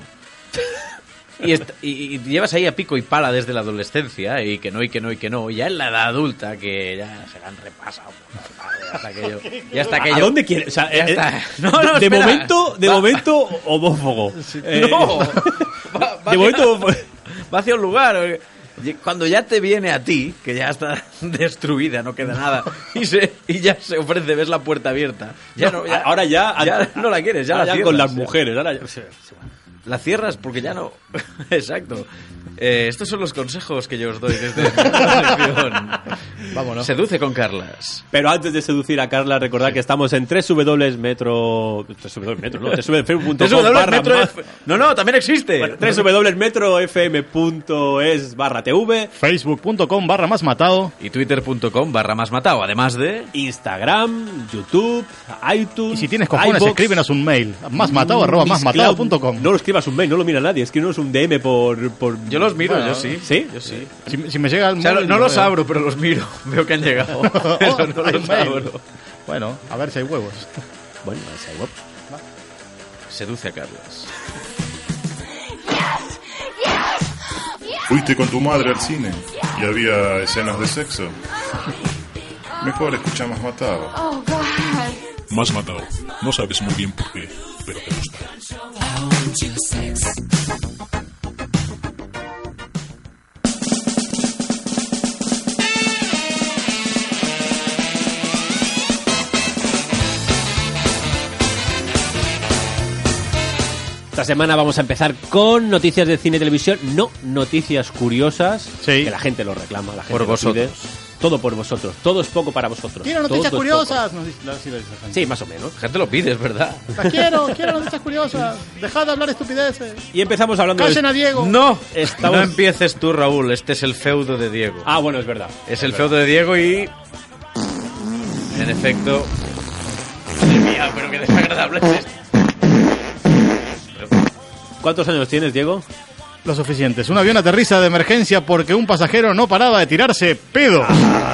Y, est- y- y llevas ahí a pico y pala desde la adolescencia, y que no, y que no, y que no. Y ya en la edad adulta, que ya se la han repasado. Ya está aquello. Ya está aquello. ¿A dónde quieres? O sea, Ya eh, está. eh, No, no, de espera. momento, de Va- momento, homófogo. Eh, No, va, va de momento, va hacia un lugar. Cuando ya te viene a ti, que ya está destruida, no queda nada, y, se, y ya se ofrece, ves la puerta abierta. Ya no, ya- ahora ya, ya no la quieres, ya ahora la ya con cierras. las mujeres. Ahora ya- sí, sí. La cierras porque ya no. Exacto. Eh, estos son los consejos que yo os doy desde la sección. Vámonos. Seduce con Carlas. Pero antes de seducir a Carla, recordad que estamos en www metro www metro, no, www punto com www barra Metro más- F- No, no, también existe. bueno, www metro f m punto es barra tv, Facebook.com barra más matado. Y twitter.com barra más matado, además de... Instagram, YouTube, iTunes. Y si tienes cojones, iVoox, escríbenos un mail. Más matado arroba más matado punto com. No lo escribas recibas un mail, no lo mira nadie, es que no es un D M por... por... Yo los miro, Bueno, yo sí. ¿Sí? Yo sí. Si, si me llega el O sea, móvil, no lo los veo. abro, pero los miro. Veo que han llegado. Pero no Hay los mail. abro. Bueno, a ver si hay huevos. Bueno, ese web. Seduce a Carlas. Fuiste con tu madre al cine y había escenas de sexo. Mejor escucha Más Matado. Oh, God. Más Matado. No sabes muy bien por qué, pero te gusta. Esta semana vamos a empezar con noticias de cine y televisión, no noticias curiosas, Sí. que la gente lo reclama, la gente Por lo vosotros. pide. Todo por vosotros, todo es poco para vosotros. Quiero noticias Todo es curiosas. Nos dice- la- sí, lo dice la poco. gente. Sí, más o menos. La gente lo pide, es verdad. Las quiero, quiero noticias curiosas. Dejad de hablar estupideces. Y empezamos hablando Callen de... a Diego. No, Estamos- no empieces tú, Raúl. Este es el feudo de Diego. Ah, bueno, es verdad. Es el feudo de Diego y... En efecto... Madre mía, pero qué desagradable es esto. ¿Cuántos años tienes, Diego? Lo suficientes. Un avión aterriza de emergencia porque un pasajero no paraba de tirarse pedo.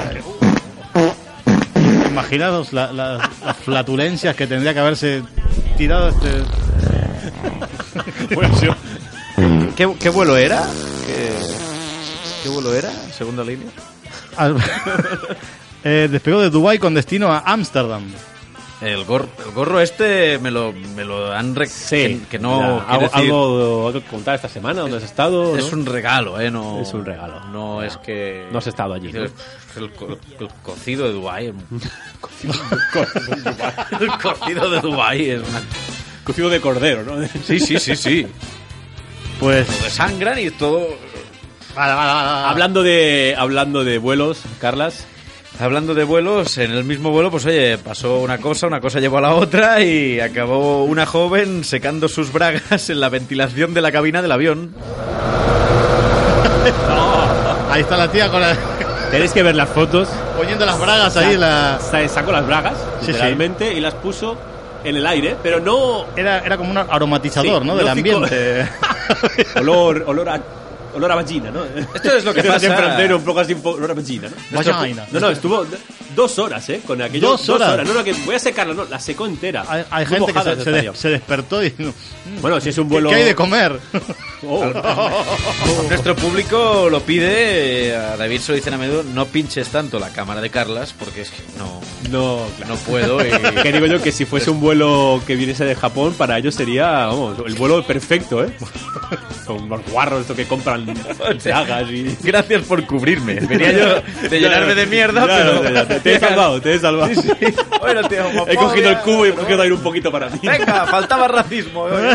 Imaginaos la- la- las flatulencias que tendría que haberse tirado este... Bueno, yo... ¿Qué, qué vuelo era? ¿Qué, qué vuelo era? Segunda línea. Al- eh, despegó de Dubái con destino a Ámsterdam. El gorro, el gorro este me lo, me lo han... Re Sí. que, que no... Mira, quiero algo, decir, algo, algo que contar esta semana, ¿dónde has estado? es ¿no? un regalo, ¿eh? No, Es un regalo. No es que... No has estado allí, ¿no? El, el co- el cocido de Dubái. El cocido de Dubái es una... Cocido de cordero, ¿no? Sí, sí, sí, sí. Pues... Lo desangran y todo... Vale, vale, vale, vale. Hablando de hablando de vuelos, Carlas, Hablando de vuelos, en el mismo vuelo, pues oye, pasó una cosa, una cosa llevó a la otra y acabó una joven secando sus bragas en la ventilación de la cabina del avión. Ahí está la tía con la- tenéis que ver las fotos. poniendo las bragas ahí. La... Sa- Sacó las bragas, Sí, literalmente, y las puso en el aire, pero no Era, era como un aromatizador, Sí, ¿no? Del lógico. ambiente. olor, olor a olor a vagina, ¿no? Esto es lo que Decías pasa- en francés, un poco así, un poco olor a vagina, ¿no? Vagina. No, no, estuvo d- dos horas, ¿eh? Con aquello. ¿Dos horas? No, no, que voy a secarla, no, la secó entera. Hay, hay Muy gente que mojada se, se estaría. des- se despertó y... ¿Qué, Bueno, si es un vuelo... qué hay de comer? Oh. Nuestro público lo pide, eh, a David se lo dicen a menudo, no pinches tanto la cámara de Carlas, porque es que no, No, claro. no puedo y... Que digo yo que si fuese un vuelo que viniese de Japón, para ellos sería, vamos, el vuelo perfecto, ¿eh? Con los guarros, esto que compran bragas y... Gracias por cubrirme. Venía yo de llenarme de mierda, Ya, pero... ya, ya, te, te he salvado, te he salvado. Sí, sí. Bueno, tío, He cogido el cubo y he cogido ahí un poquito para mí. Venga, faltaba racismo. ¿eh?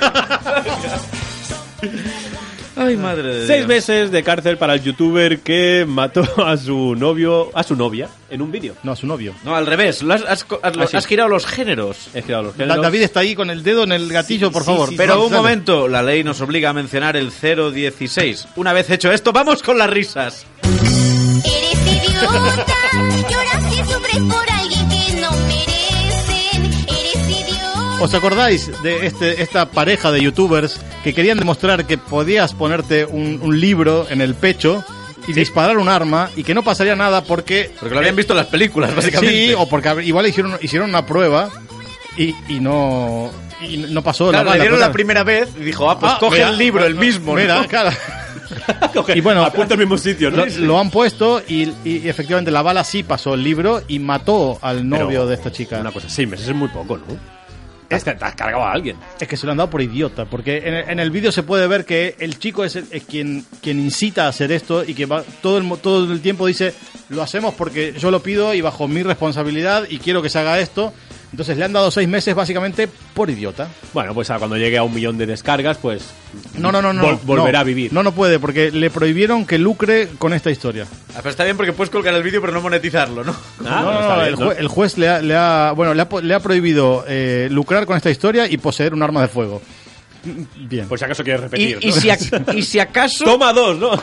Ay, madre de Dios. Seis meses de cárcel para el youtuber que mató a su novio, a su novia, en un vídeo. No, a su novio. No, al revés. Lo has, has, has- Ah, sí. has girado los géneros. He girado los Da- géneros. David está ahí con el dedo en el gatillo, Sí, por sí, favor. sí, Pero Vamos, un dale. momento, la ley nos obliga a mencionar el cero dieciséis. Una vez hecho esto, vamos con las risas. Eres idiota, lloras y sufres por alguien que no merecen. Eres idiota. ¿Os acordáis de este, esta pareja de youtubers que querían demostrar que podías ponerte un, un libro en el pecho y disparar un arma y que no pasaría nada porque... Porque lo habían visto en las películas, básicamente. Sí, o porque hab- igual hicieron, hicieron una prueba y, y no y no pasó Claro, la le bala. dieron claro. la primera vez y dijo, ah, pues Ah, coge mira, el libro, el mismo, ¿no? Mira, claro. Coge, Y bueno, apunta al mismo sitio, ¿no? Lo, lo han puesto y, y efectivamente la bala sí pasó el libro y mató al novio Pero de esta chica. Una cosa, seis meses es muy poco, ¿no? Te has, te has cargado a alguien. Es que se lo han dado por idiota, porque en el, en el vídeo se puede ver que el chico es, el- es quien, quien incita a hacer esto y que va, todo, el, mo- todo el tiempo dice, lo hacemos porque yo lo pido y bajo mi responsabilidad y quiero que se haga esto. Entonces le han dado seis meses básicamente por idiota. Bueno, pues a cuando llegue a un millón de descargas, pues... No, no, no, no. vol- volverá no, a vivir. No, no puede, porque le prohibieron que lucre con esta historia. Ah, pero está bien porque puedes colgar el vídeo pero no monetizarlo, ¿no? Ah, no, no, está no, bien, el, ¿no? jue- el juez le ha, le ha- bueno, le ha, po- le ha prohibido eh, lucrar con esta historia y poseer un arma de fuego. Bien. Por si acaso quieres Y, repetir, y ¿no? si, ac- y si acaso... Toma dos, ¿no?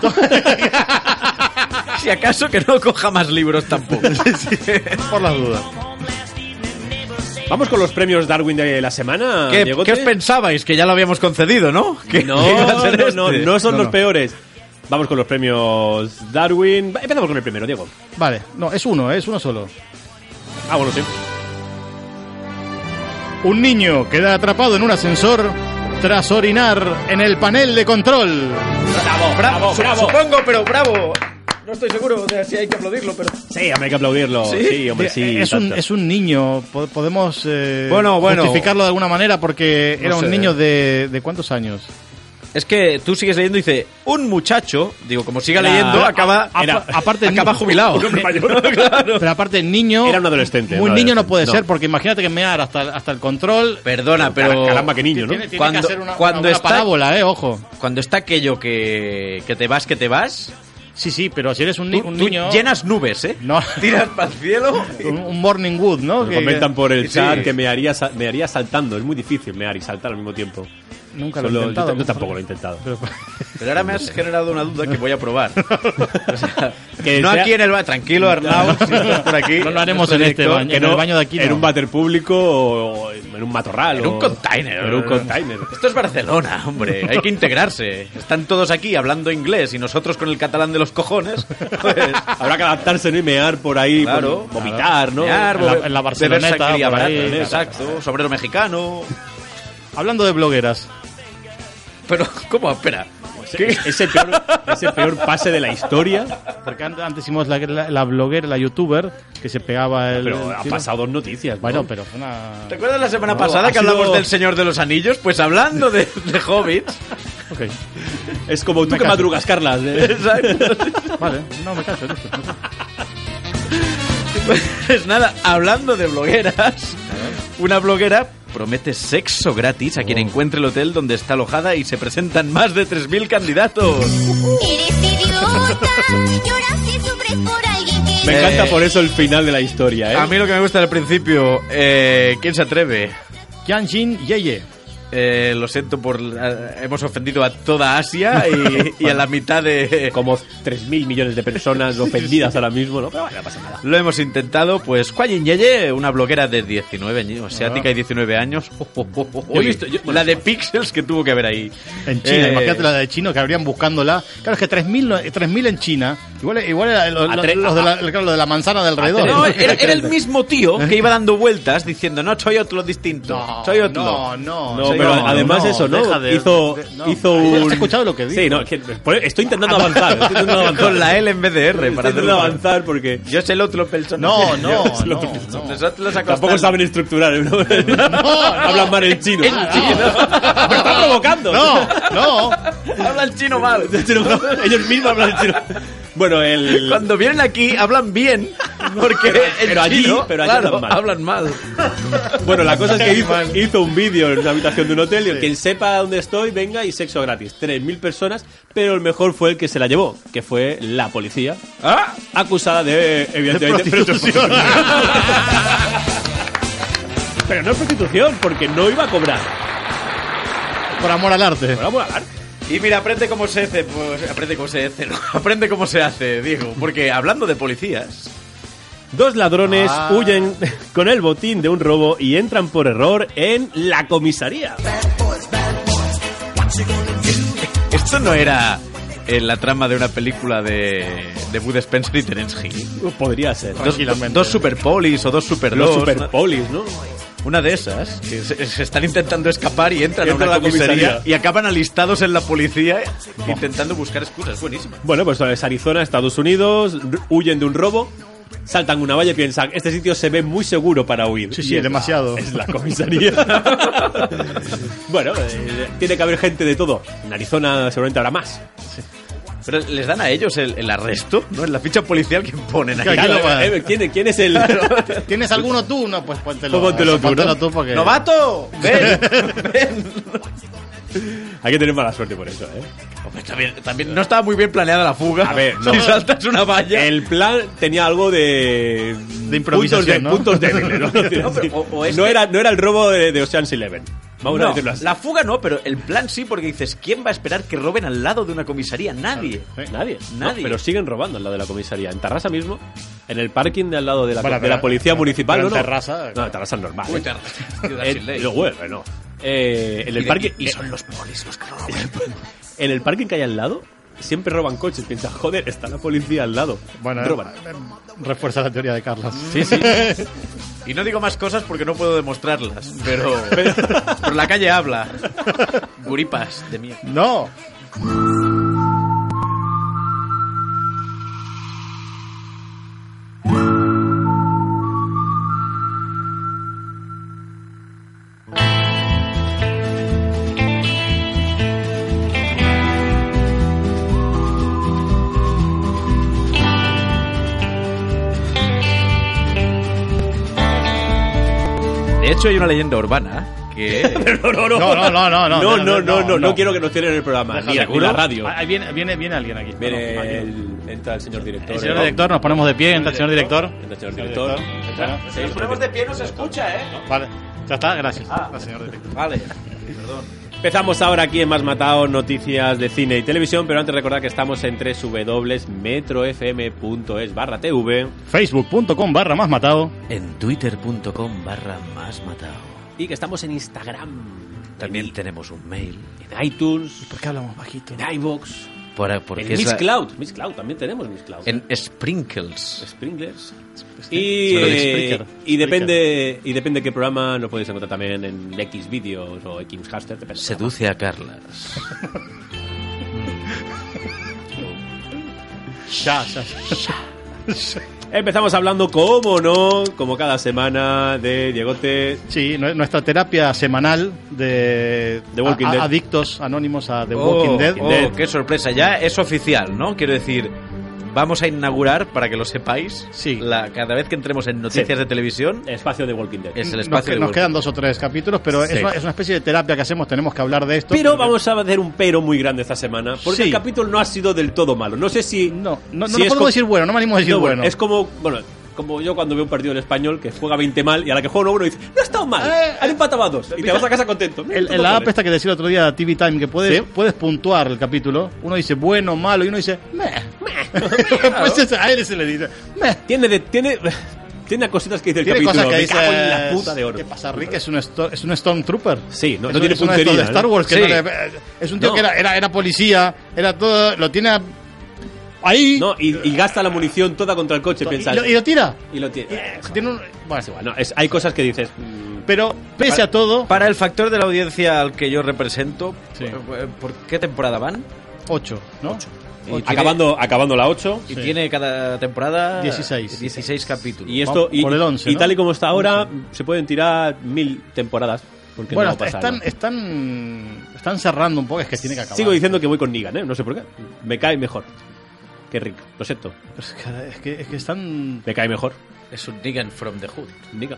Si acaso que no coja más libros tampoco. Por las dudas. Vamos con los premios Darwin de la semana. ¿Qué, Diegote. ¿Qué os pensabais? Que ya lo habíamos concedido, ¿no? Que No, que iba a ser no, este. no, no son No, los no. peores. Vamos con los premios Darwin. Va, Empezamos con el primero, Diego. Vale, no, es uno, es uno solo. Ah, bueno, sí. Un niño queda atrapado en un ascensor tras orinar en el panel de control. Bravo, bravo, Su- bravo. Supongo, pero bravo. No estoy seguro de si hay que aplaudirlo, pero... Sí, hombre, hay que aplaudirlo. ¿Sí? Sí, hombre, sí. es, un, tanto. es un niño, po- podemos eh, Bueno, bueno. justificarlo de alguna manera porque No era sé. un niño de, de ¿cuántos años? Es que tú sigues leyendo y dice, un muchacho, digo, como siga Era- leyendo, acaba, Era- aparte acaba ni- jubilado. Claro. Pero aparte niño... Era un adolescente, Un un niño no adolescente. puede No. ser porque imagínate que mear hasta, hasta el control... Perdona, pero... Caramba, qué niño, ¿no? Tiene, tiene Cuando- que hacer una, cuando una, una está- parábola, eh, ojo. Cuando está aquello que, que te vas, que te vas, Sí, sí, pero si eres un, ni- tú, un tú niño... llenas nubes, ¿eh? No. Tiras para el cielo. Un, un morning wood, ¿no? Me Que- comentan por el Sí. chat que me haría, sa- me haría saltando. Es muy difícil mear y saltar al mismo tiempo. Nunca lo he Solo- intentado. Yo, ta- yo tampoco lo he intentado. Pero- Pero ahora me has generado una duda que voy a probar. O sea, Que no sea- aquí en el baño. Tranquilo, Arnau, si estás por aquí. No lo haremos nuestro en este director, baño. Que en no, el baño de aquí en no. un váter público o en un matorral. En o- un container. En un container. Esto es Barcelona, hombre. Hay que integrarse. Están todos aquí hablando inglés y nosotros con el catalán de los cojones. Pues, Habrá que adaptarse, ¿no? Y mear por ahí. Claro. por- vomitar, ¿no? mear, En la- beber- en la Barceloneta, beberse aquella por ahí, barata, claro. exacto. Sombrero mexicano. Hablando de blogueras. Pero, ¿cómo? Espera. ¿Qué? Ese peor, ese peor pase de la historia. Porque an- antes hicimos la, la, la bloguera, la youtuber, que se pegaba el... Pero el ha tiro. pasado dos noticias. ¿no? Bueno, pero fue una... ¿Te acuerdas la semana No, pasada ha que hablamos sido- del Señor de los Anillos? Pues hablando de, de hobbits. Ok. Es como tú Me que caso. madrugas, Carlas. ¿eh? Exacto. Vale, no me caso, listo. me caso. Pues nada, hablando de blogueras, una bloguera promete sexo gratis a quien encuentre el hotel donde está alojada y se presentan más de tres mil candidatos. Eres idiota, lloras y sufres por alguien que Me Eh, encanta por eso el final de la historia, ¿eh? A mí lo que me gusta del principio, eh, ¿quién se atreve? Tianjin Yeye. Eh, lo siento por... eh, hemos ofendido a toda Asia y, y a la mitad de... Como tres mil millones de personas ofendidas ahora mismo, ¿no? Pero bueno, no pasa nada. Lo hemos intentado, pues Kuayin Yeye, una bloguera de diecinueve años, asiática y diecinueve años. Oh, oh, oh, oh, Yo he visto- yo- la de píxeles que tuvo que haber ahí. En China, Eh, imagínate la de chino que habrían buscándola. Claro, es que tres mil no- tres mil en China. Igual, igual era lo, A lo- tre- los de la, claro, lo de la manzana de alrededor. No, era, era el mismo tío que iba dando vueltas diciendo, no, soy otro distinto, No, soy otro. no, no, No, soy pero otro, además no, eso, ¿no? deja de- hizo de- no. hizo ¿Has un... escuchado lo que dijo? Sí, no, que- por- estoy intentando avanzar. Estoy intentando avanzar. Con la L en vez de R. Estoy Para intentando hacerlo. avanzar porque... Yo soy el otro persona. No, no, Es lo no, que- no. Nosotros los Tampoco saben estructurar, ¿no? no. Hablan mal en chino. En chino. ¡Me está provocando! No, no. Hablan chino mal. Ellos mismos hablan en chino. Bueno, el... Cuando vienen aquí hablan bien, porque en pero allí- chino, pero allí claro, hablan mal. hablan mal. Bueno, la cosa es que hizo, hizo un vídeo en una habitación de un hotel y quien sepa dónde estoy, venga y sexo gratis. tres mil personas, pero el mejor fue el que se la llevó, que fue la policía, ¿Ah? acusada de, evidentemente, prostitución. Pero no es prostitución, porque no iba a cobrar. Por amor al arte. Ahora voy a hablar. Y mira, aprende cómo se hace, pues, aprende cómo se hace, no, aprende cómo se hace, Diego, porque hablando de policías, Dos ladrones Ah. huyen con el botín de un robo y entran por error en la comisaría. esto no era en la trama de una película de, de Bud Spencer y Terence Hill. Podría ser. Dos, Tranquilamente. dos superpolis o dos super Los dos, superpolis, ¿no? una de esas, que se, se están intentando escapar y entran a Entran una a la comisaría, comisaría. y acaban alistados en la policía intentando buscar excusas. Buenísimo. Bueno, pues es Arizona, Estados Unidos, r- huyen de un robo, saltan una valla y piensan, este sitio se ve muy seguro para huir. Sí, Y sí, es demasiado. La, es la comisaría. Bueno, eh, tiene que haber gente de todo. En Arizona seguramente habrá más. Pero les dan a ellos el, el arresto, ¿no? En la ficha policial que ponen ahí. Claro, Claro, va. eh, ¿quién, quién es el...? ¿Tienes alguno tú? No, pues póntelo. Pues póntelo tú, póntelo ¿no? tú porque... ¡Novato! ¡Ven! ¡Ven! Hay que tener mala suerte por eso, ¿eh? Hombre, también, también no estaba muy bien planeada la fuga. A ver, no. Si saltas una valla. El plan tenía algo de... De improvisación, puntos, de- ¿no? puntos débiles, ¿no? No, pero- o- o es no, que- era, no era el robo de, de Ocean's Eleven. Vamos a No, decirlo así. la fuga no, pero el plan sí, porque dices, ¿quién va a esperar que roben al lado de una comisaría? Nadie. Nadie. Nadie. No, pero siguen robando al lado de la comisaría. En Tarrasa mismo En el parking de al lado de la, Bueno, de pero- la policía pero- municipal, pero ¿no? en no. terraza, No, en terraza normal. Uy, ¿eh? terraza, ciudad En- sin ley. lo bueno, no. Eh, en el parking... Y son los polis los que roban. En el parking que hay al lado, siempre roban coches. Piensa, joder, está la policía al lado. Bueno, roban. eh, refuerza la teoría de Carlos. Sí, sí. Y no digo más cosas porque no puedo demostrarlas, pero, pero la calle habla. Guripas de mierda. No. De hecho, hay una leyenda urbana que... No, no, no. No, no, no, no, no, No, no, no, no, no, no, no. quiero que nos cierren el programa. Ni, ni la radio. Ahí viene, viene, viene alguien aquí. Viene No, aquí no. el, entra el señor director. El señor ¿no? director, nos ponemos de pie. Entra el señor director. Entra el señor director. Bueno, Sí, Nos ponemos de pie, no se escucha, ¿eh? vale. Ya está, gracias. Gracias, señor director. Vale, perdón. Empezamos ahora aquí en Más Matado, noticias de cine y televisión, pero antes recordad que estamos en doble u doble u doble u punto metrofm.es barra tv Facebook.com barra más matado. En twitter.com barra más matado. y que estamos en Instagram, También tenemos un mail. en iTunes, ¿Por qué hablamos bajito? en iVoox, Por, porque en es la- Mixcloud. Mixcloud, también tenemos Mixcloud. en Sprinkles. Sprinklers. Y, Solo de eh, Spreaker. y depende y depende qué programa lo podéis encontrar también en X Videos o X Haster, depende. Seduce a Carlas. Ya, ya, ya. Empezamos hablando, como no, como cada semana, de Diegote. Sí, nue- nuestra terapia semanal de The Walking a- a- Dead. adictos anónimos a The Oh, Walking Dead. oh, Dead. qué sorpresa. Ya es oficial, ¿no? Quiero decir, vamos a inaugurar, para que lo sepáis, Sí. la, cada vez que entremos en noticias Sí. de televisión, Espacio de Walking Dead. es el Nos, espacio que- de nos Walking quedan dos o tres capítulos, pero Sí. es, una, es una especie de terapia que hacemos, tenemos que hablar de esto. Pero porque- vamos a hacer un pero muy grande esta semana, porque Sí. el capítulo no ha sido del todo malo. No sé si... No, no, no, si no es podemos como- decir bueno, no me animo a decir No, bueno. Es como, bueno, como yo cuando veo un partido en español que juega veinte mal y a la que juega uno uno dice, no ha estado mal, Eh, han empatado a dos y te vas a casa contento. Mira, El, todo el la app vale. esta que decía el otro día, T V Time, que puedes, ¿Sí? puedes puntuar el capítulo. Uno dice bueno, malo, y uno dice meh. Pues ese- a él se le dice meh. Tiene, de- tiene, tiene cositas que dice el Tiene capítulo. cosas que Me dice. cago en la puta de oro. ¿Qué pasa, Rick? Es un, sto- es un Stormtrooper. Sí, no- es no un- tiene es uno de estos puntería, de Star ¿no? Wars que Sí. no le- es un tío No. que era, era, era policía, era todo. Lo tiene a- ahí. No, y, y gasta la munición toda contra el coche, y, piensas. lo, y lo tira. y lo tiene. Y- tiene un- bueno, Es igual, no, es- hay cosas que dices. mm, pero pese a todo, Para el factor de la audiencia al que yo represento, Sí. ¿por, por qué temporada van? ocho, ¿no? Y Ocho. tiene- acabando, acabando la ocho. Y Sí. tiene cada temporada dieciséis. dieciséis capítulos. Y esto, y, por el once, y ¿no? tal y como está ahora, se pueden tirar mil temporadas. Porque Bueno, no pasa están, nada. están, están cerrando un poco, es que tiene que acabar. Sigo diciendo que voy con Negan, ¿eh? No sé por qué. Me cae mejor que Rick. Lo siento. Pero es que, es que, es que están. Me cae mejor. Es un Negan from the Hood. Negan.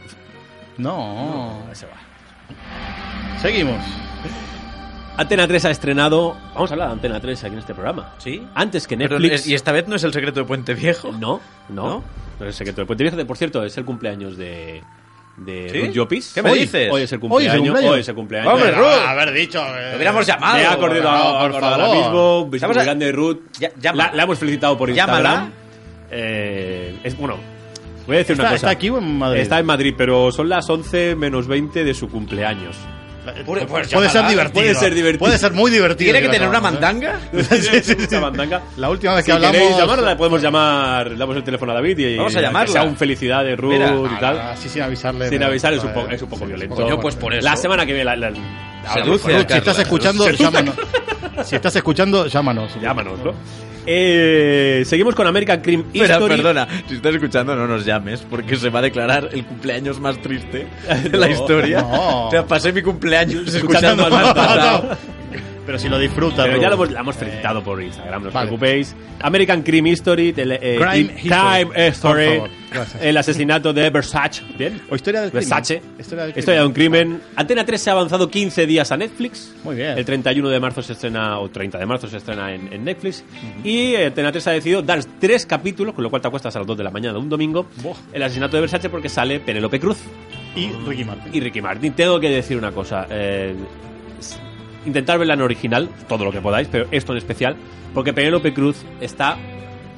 No. Se va. Seguimos. Antena tres ha estrenado. Vamos a hablar de Antena tres aquí en este programa. ¿Sí? Antes que Pero Netflix. es- y esta vez no es el secreto de Puente Viejo. No, no. ¿No? No es el secreto del Puente Viejo. Por cierto, es el cumpleaños de. De ¿Sí? Ruth Llopis. ¿Qué me Hoy- dices? Hoy es el Hoy es el cumpleaños. cumpleaños. Hoy es el cumpleaños. ¡Hombre, Eh, Ruth! haber dicho. eh, Lo hubiéramos llamado. Me he acordado, no, por acordado ahora favor. mismo. Un besito Vamos a- muy grande de Ruth. Ya- llámala. la, la hemos felicitado por Instagram. Llámala. Eh, es, bueno, voy a decir ¿Está, una cosa. ¿Está aquí o en Madrid? Está en Madrid, pero son las once menos veinte de su cumpleaños. Pues Puede llámala. ser divertido. Puede ser divertido. Puede ser muy divertido. ¿Tiene que si tener la una llamamos, ¿eh? mandanga? Sí, sí, sí. Mandanga. La última vez Si que hablamos. queréis llamarla, la podemos llamar. Le damos el teléfono a David y Vamos a que llamarla. sea un felicidades, Ruth Mira, y tal. Ah, Así sin avisarle. Sin no, avisar es un, joder, poco, es un poco joder, violento. Coño, pues por eso. La semana que viene. La, la- hablamos Seduce con a Ruth. Ruth, si estás Carla. escuchando, llámanos. Si estás escuchando, llámanos. Llámanos, ¿no? Eh, seguimos con American Crime Espera, History. perdona, si estás escuchando no nos llames porque se va a declarar el cumpleaños más triste de la No, historia. no. O sea, pasé mi cumpleaños Escuchando escuchando al al Marta. Marta. Pero si lo disfrutas. Pero Ruth. ya lo hemos, la hemos felicitado por Instagram, no os Vale. preocupéis. American Crime History, tele- eh, Crime Crime, History. Crime History, Por favor, gracias. el asesinato de Versace, ¿bien? O historia del crimen. Versace, Historia del historia de un crimen. crimen. Antena tres se ha avanzado quince días a Netflix. Muy bien. El treinta y uno de marzo se estrena, o treinta de marzo se estrena en, en Netflix. Y eh, Antena tres ha decidido dar tres capítulos, con lo cual te acuestas a las dos de la mañana de un domingo. Buah. El asesinato de Versace porque sale Penélope Cruz Y Ricky Martin. y Ricky Martin. Tengo que decir una cosa. Eh, s- intentar verla en original, todo lo que podáis, pero esto en especial, porque Penélope Cruz está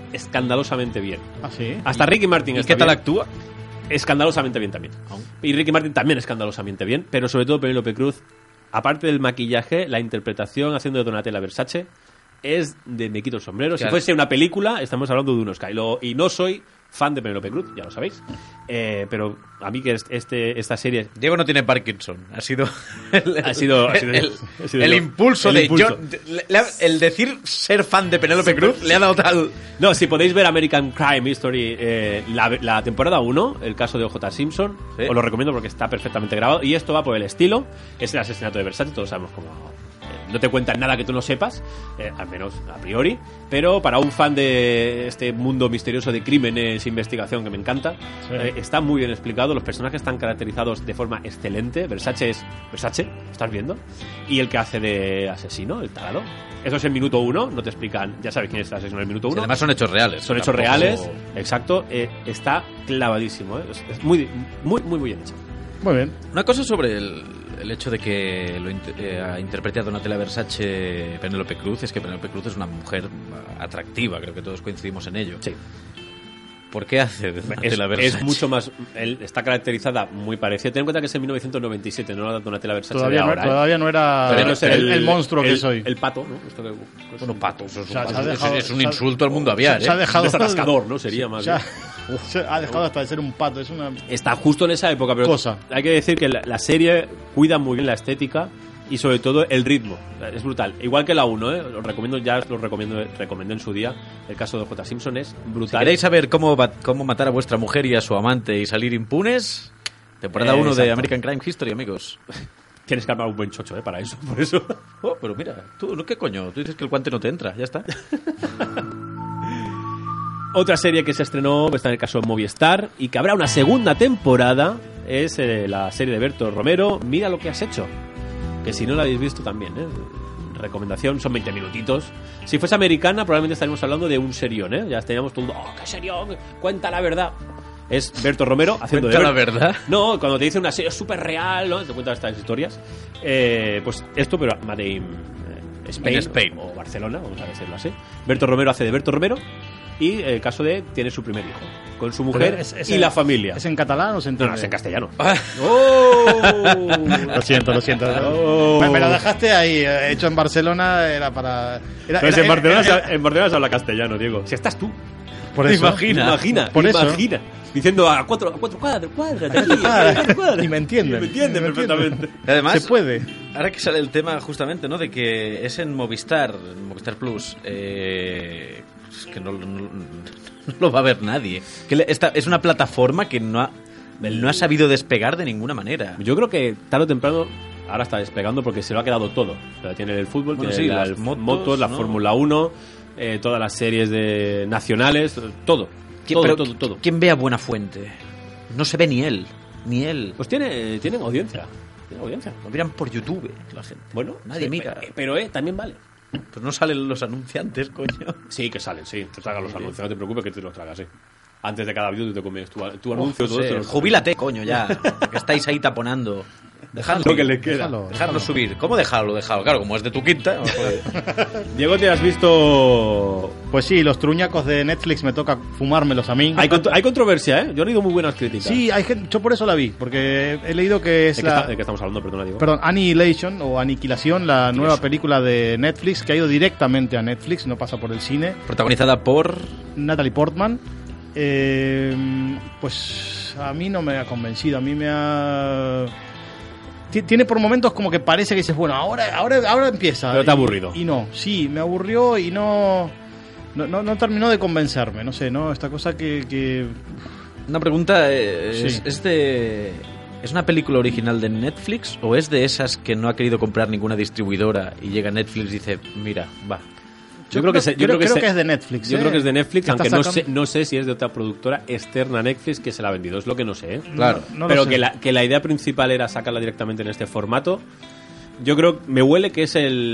escandalosamente bien. Ah, sí. Hasta Ricky Martin ¿Y está qué tal bien. actúa? Escandalosamente bien también. Y Ricky Martin también escandalosamente bien, pero sobre todo Penélope Cruz, aparte del maquillaje, la interpretación haciendo de Donatella Versace es de me quito el sombrero. Claro. Si fuese una película, estamos hablando de un Oscar. Y, lo- y no soy fan de Penélope Cruz, ya lo sabéis. Eh, pero a mí que es- este, esta serie Diego no tiene Parkinson. Ha sido el, Ha sido- ha sido- el, ha sido el yo. impulso El de impulso. yo- le- le ha- el decir ser fan de Penélope Cruz le ha dado tal. No, si podéis ver American Crime History, eh, la, la temporada uno, el caso de O J. Simpson, Sí. os lo recomiendo porque está perfectamente grabado. Y esto va por el estilo, es el asesinato de Versace, todos sabemos cómo... eh, no te cuentan nada que tú no sepas, eh, al menos a priori, pero para un fan de este mundo misterioso de crímenes e investigación que me encanta, Sí. eh, está muy bien explicado, los personajes están caracterizados de forma excelente. Versace es Versace, ¿estás viendo? Y el que hace de asesino, el tarado. Eso es el minuto uno, no te explican, ya sabes quién es el asesino en el minuto Sí, uno. además son hechos reales. Son hechos Tampoco- reales, exacto. eh, está clavadísimo, ¿eh? es, es muy, muy, muy, muy bien hecho. Muy bien. Una cosa sobre el, el hecho de que lo inter- eh, interprete a Donatella Versace Penélope Cruz es que Penélope Cruz es una mujer atractiva, creo que todos coincidimos en ello. Sí. ¿Por qué hace de Es, Donatella Versace? es mucho más. Él está caracterizada muy parecida. Ten en cuenta que es en mil novecientos noventa y siete, no la Donatella Versace Todavía, de no, ahora. ¿eh? todavía no era Pero el, no es el, el monstruo que el- soy. El pato, ¿no? Esto que, Bueno, pato, eso es, O sea, un, se ha pato, dejado- es un se ha- insulto al mundo aviar. se ha ¿eh? dejado desatascador, ¿no? Sería más se ha, bien. se ha dejado hasta de ser un pato. Es una Está justo en esa época, pero Cosa. hay que decir que la, la serie cuida muy bien la estética y sobre todo el ritmo. Es brutal. Igual que la uno, ¿eh? Lo recomiendo, ya lo recomiendo, recomendé en su día. El caso de O J. Simpson es Si brutal. queréis saber cómo, va- cómo matar a vuestra mujer y a su amante y salir impunes, temporada Eh, uno de exacto. American Crime History, amigos. Tienes que armar un buen chocho, ¿eh? Para eso. Por eso. Oh, pero mira, tú, ¿no? ¿Qué coño? Tú dices que el guante no te entra, ya está. Otra serie que se estrenó, está en el caso de Movistar, y que habrá una segunda temporada, es eh, la serie de Berto Romero, Mira lo que has hecho. Que si no la habéis visto también, ¿eh? Recomendación, son veinte minutitos. Si fuese americana, probablemente estaríamos hablando de un serión, ¿eh? Ya estaríamos todo, oh, qué serión, cuenta la verdad. Es Berto Romero haciendo Cuenta de la Bert- verdad. No, cuando te dice una serie súper real, ¿no? Te cuentan estas historias. Eh, pues esto, pero Made in eh, Spain, En Spain. o Barcelona, vamos a decirlo así. Berto Romero hace de Berto Romero y el caso de tiene su primer hijo con su mujer es- es y en- la familia. ¿Es en catalán o se No, entiende? no, es en castellano. ¡Oh! Lo siento, lo siento. Oh. Me, me lo dejaste ahí. eh, Hecho en Barcelona era para... Era, Pues era- en, Barcelona, era- se- en Barcelona se habla castellano, Diego. Si estás tú. por eso. Imagina, imagina, Por eso. imagina. Diciendo a cuatro, a cuatro cuadras, cuadras, de aquí, a cuatro cuadras. Y me entienden. Y me entienden Me entienden. perfectamente. Y además, Se puede. ahora que sale el tema justamente, ¿no? De que es en Movistar, en Movistar Plus, eh, es que no, no- no lo va a ver nadie. Que le- esta es una plataforma que no ha, no ha sabido despegar de ninguna manera. Yo creo que tarde o temprano ahora está despegando porque se lo ha quedado todo. O sea, tiene el fútbol, Bueno, tiene sí, las las motos, motos, la ¿no? Fórmula uno, eh, todas las series de nacionales, todo. ¿Quién, Todo, pero todo, todo. ¿Quién ve a Buenafuente? No se ve ni él, ni él. Pues tiene, tienen audiencia. Tienen audiencia. Lo miran por YouTube la gente. Bueno, Nadie sí, mira. Pero, pero, eh, también vale. Pues no salen los anunciantes, coño. Sí, que salen, sí. Te tragan los anuncios, no te preocupes que te los tragas, sí. Antes de cada vídeo tú te comes tu, tu anuncio, todo José, te lo- jubílate, coño, ya. Que estáis ahí taponando. Dejadlo, Lo que le queda. Déjalo, Dejarlo déjalo. subir. ¿Cómo dejarlo? Dejarlo. Claro, como es de tu quinta. Diego, ¿te has visto...? Pues sí, los truñacos de Netflix me toca fumármelos a mí. Hay, contro- hay controversia, ¿eh? Yo he leído muy buenas críticas. Sí, hay gente, yo por eso la vi, porque he leído que es ¿De qué, la... está- de qué estamos hablando? Perdona, Diego. Perdón, Annihilation o Aniquilación, la nueva película de Netflix que ha ido directamente a Netflix, no pasa por el cine. Protagonizada por... Natalie Portman. Eh, pues a mí no me ha convencido, a mí me ha... Ti- Tiene por momentos como que parece que dices, bueno, ahora, ahora, ahora empieza. Pero te ha Y- aburrido. Y, no, sí, me aburrió y no, no, no, no terminó de convencerme, no sé, ¿no? Esta cosa que... que Una pregunta, eh, Sí. es, es de... ¿Es una película original de Netflix o es de esas que no ha querido comprar ninguna distribuidora y llega Netflix y dice, mira, va? Yo creo que se- yo creo que creo se- que es de Netflix. Yo ¿eh? creo que es de Netflix, Que está aunque no sacando- sé, no sé si es de otra productora externa a Netflix que se la ha vendido. Es lo que no sé, ¿eh? Claro. No lo Pero sé. que la, que la idea principal era sacarla directamente en este formato. Yo creo, me huele que es el,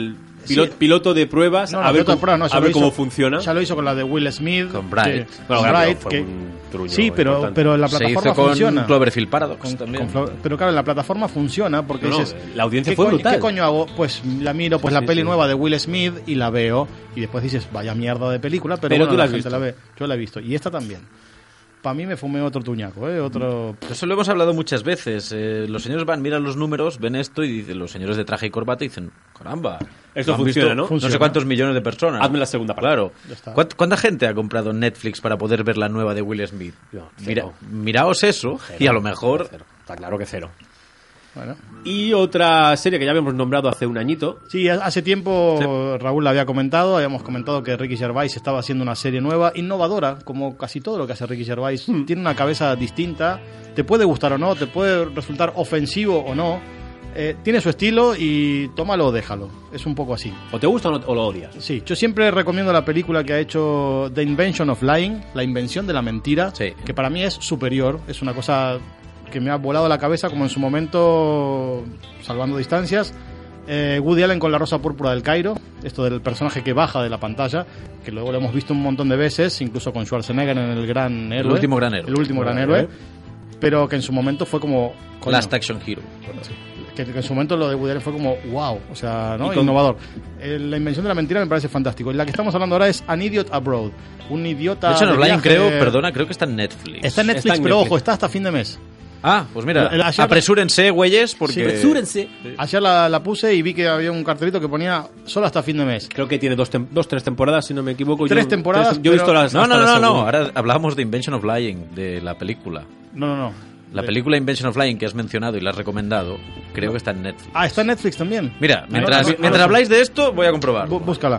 Pilot, Sí. piloto de pruebas, No, a no, ver, piloto de cómo, pruebas no, ya a ver lo cómo hizo- funciona. Ya lo hizo con la de Will Smith. Con Bright. que- Bueno, con claro, Bright, fue que- un truño sí, pero, importante. pero la Se plataforma hizo con funciona. Cloverfield Paradox Con- también. con Flo- pero claro, la plataforma funciona porque No, no, dices, la audiencia ¿qué fue coño- brutal. ¿qué coño hago? Pues la miro, pues la Sí, peli sí. nueva de Will Smith y la veo y después dices, vaya mierda de película, pero, Pero bueno, tú la la has gente visto. la ve. Yo la he visto y esta también. Para mí me fumé otro tuñaco, ¿eh? Otro... Eso lo hemos hablado muchas veces. Eh, los señores van, miran los números, ven esto y dicen, los señores de traje y corbata dicen, caramba, Esto lo han funciona, visto ¿no? No Funciona. sé cuántos millones de personas. Hazme la segunda parte. Claro. Ya está. ¿Cuánt- ¿Cuánta gente ha comprado Netflix para poder ver la nueva de Will Smith? No, Mira, cero. miraos eso y a lo mejor... Cero. Está claro que cero. Bueno. Y otra serie que ya habíamos nombrado hace un añito. Sí, hace tiempo Raúl la había comentado, habíamos comentado que Ricky Gervais estaba haciendo una serie nueva, innovadora, como casi todo lo que hace Ricky Gervais. Hmm. Tiene una cabeza distinta, te puede gustar o no, te puede resultar ofensivo o no. Eh, tiene su estilo y tómalo o déjalo. Es un poco así. ¿O te gusta o, no- o lo odias? Sí, yo siempre recomiendo la película que ha hecho The Invention of Lying, La invención de la mentira, Sí. que para mí es superior, es una cosa que me ha volado la cabeza como en su momento, salvando distancias. Eh, Woody Allen con La Rosa Púrpura del Cairo, esto del personaje que baja de la pantalla, que luego lo hemos visto un montón de veces, incluso con Schwarzenegger en El Gran Héroe. Último Gran Héroe. El último Gran Héroe. Pero que en su momento fue como... coño, Last Action Hero. que, que en su momento lo de Woody Allen fue como wow, o sea, ¿no? Y con- Innovador. Eh, la invención de la mentira me parece fantástico. Y la que estamos hablando ahora es An Idiot Abroad, un idiota. De hecho, de Online viaje- creo, perdona, creo que está en Netflix. Está en Netflix, Está en pero Netflix. ojo, está hasta fin de mes. Ah, pues mira, El- el ayer- apresúrense, güeyes, porque... Sí, Apresúrense. Ayer la, la puse y vi que había un cartelito que ponía solo hasta fin de mes. Creo que tiene dos, tem- dos tres temporadas, si no me equivoco. Tres Yo- temporadas, tres- yo he visto pero- las. No, hasta no, la no, no, segunda. ahora hablábamos de Invention of Lying, de la película. No, no, no. La De- película Invention of Lying que has mencionado y la has recomendado, creo que está en Netflix. Ah, está en Netflix también. Mira, mientras, no, no, mientras no. habláis de esto, voy a comprobarlo. Bú- Búscala.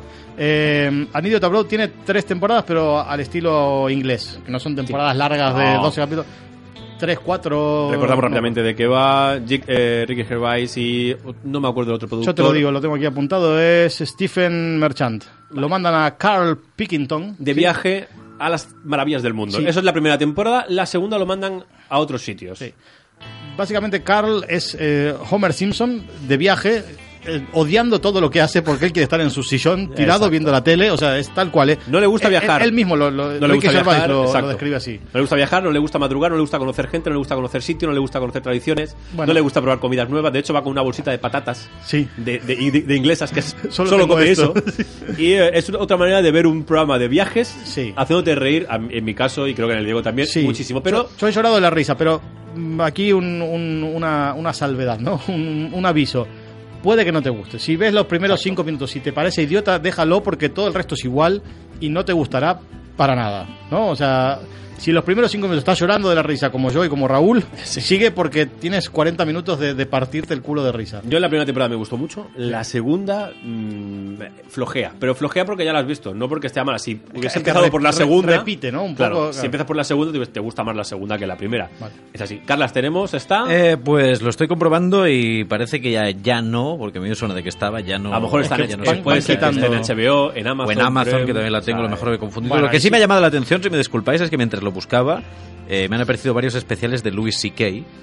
Eh, An Idiot Abroad tiene tres temporadas, pero al estilo inglés, que no son temporadas largas de No. doce capítulos. Tres, cuatro... Recordamos no. rápidamente de qué va Jig- eh, Ricky Gervais y. No me acuerdo del otro productor. Yo te lo digo, lo tengo aquí apuntado, es Stephen Merchant. Lo mandan a Carl Pickington. De ¿sí? viaje a las maravillas del mundo. Sí. Eso es la primera temporada. La segunda lo mandan a otros sitios. Sí. Básicamente Carl es eh, Homer Simpson de viaje, eh, odiando todo lo que hace porque él quiere estar en su sillón tirado Exacto. viendo la tele, o sea, es tal cual. ¿eh? No le gusta Eh, viajar. Él, él mismo lo, lo, No le Ricky gusta Gervais viajar, lo, lo exacto. describe así. No le gusta viajar, no le gusta madrugar, no le gusta conocer gente, no le gusta conocer sitio, no le gusta conocer tradiciones, Bueno. no le gusta probar comidas nuevas. De hecho, va con una bolsita de patatas Sí. de, de- de- de inglesas que es, Solo solo, tengo come esto. eso. Y eh, es una- otra manera de ver un programa de viajes Sí. haciéndote reír, a- en mi caso, y creo que en el Diego también, Sí. muchísimo. Pero Yo, yo he llorado de la risa, pero mm, aquí un- un- una, una salvedad, ¿no? Un, un aviso. Puede que no te guste. Si ves los primeros cinco minutos y te parece idiota, déjalo porque todo el resto es igual y no te gustará para nada, ¿no? O sea, si los primeros cinco minutos estás llorando de la risa como yo y como Raúl, sigue porque tienes cuarenta minutos de, de partirte el culo de risa. yo en la primera temporada me gustó mucho. La segunda mmm, flojea. Pero flojea porque ya la has visto, no porque esté mal. Si hubiese Es que empezado re- por la re- segunda. repite, ¿no? Un claro, poco, si claro. empiezas por la segunda, te- te gusta más la segunda que la primera. Vale. Es así. Carlas, tenemos esta. Eh, pues lo estoy comprobando y parece que ya, ya no, porque me dio suena de que estaba, ya no. a lo mejor está ya en, no eh, se van- puede van ser que esté en quitando- H B O, en Amazon. O en Amazon, Prime, que también la tengo, o lo sea, mejor que he confundido. Bueno, lo que ahí sí sí. me ha llamado la atención, si me disculpáis, es que mientras lo buscaba, eh, me han aparecido varios especiales de Louis C K.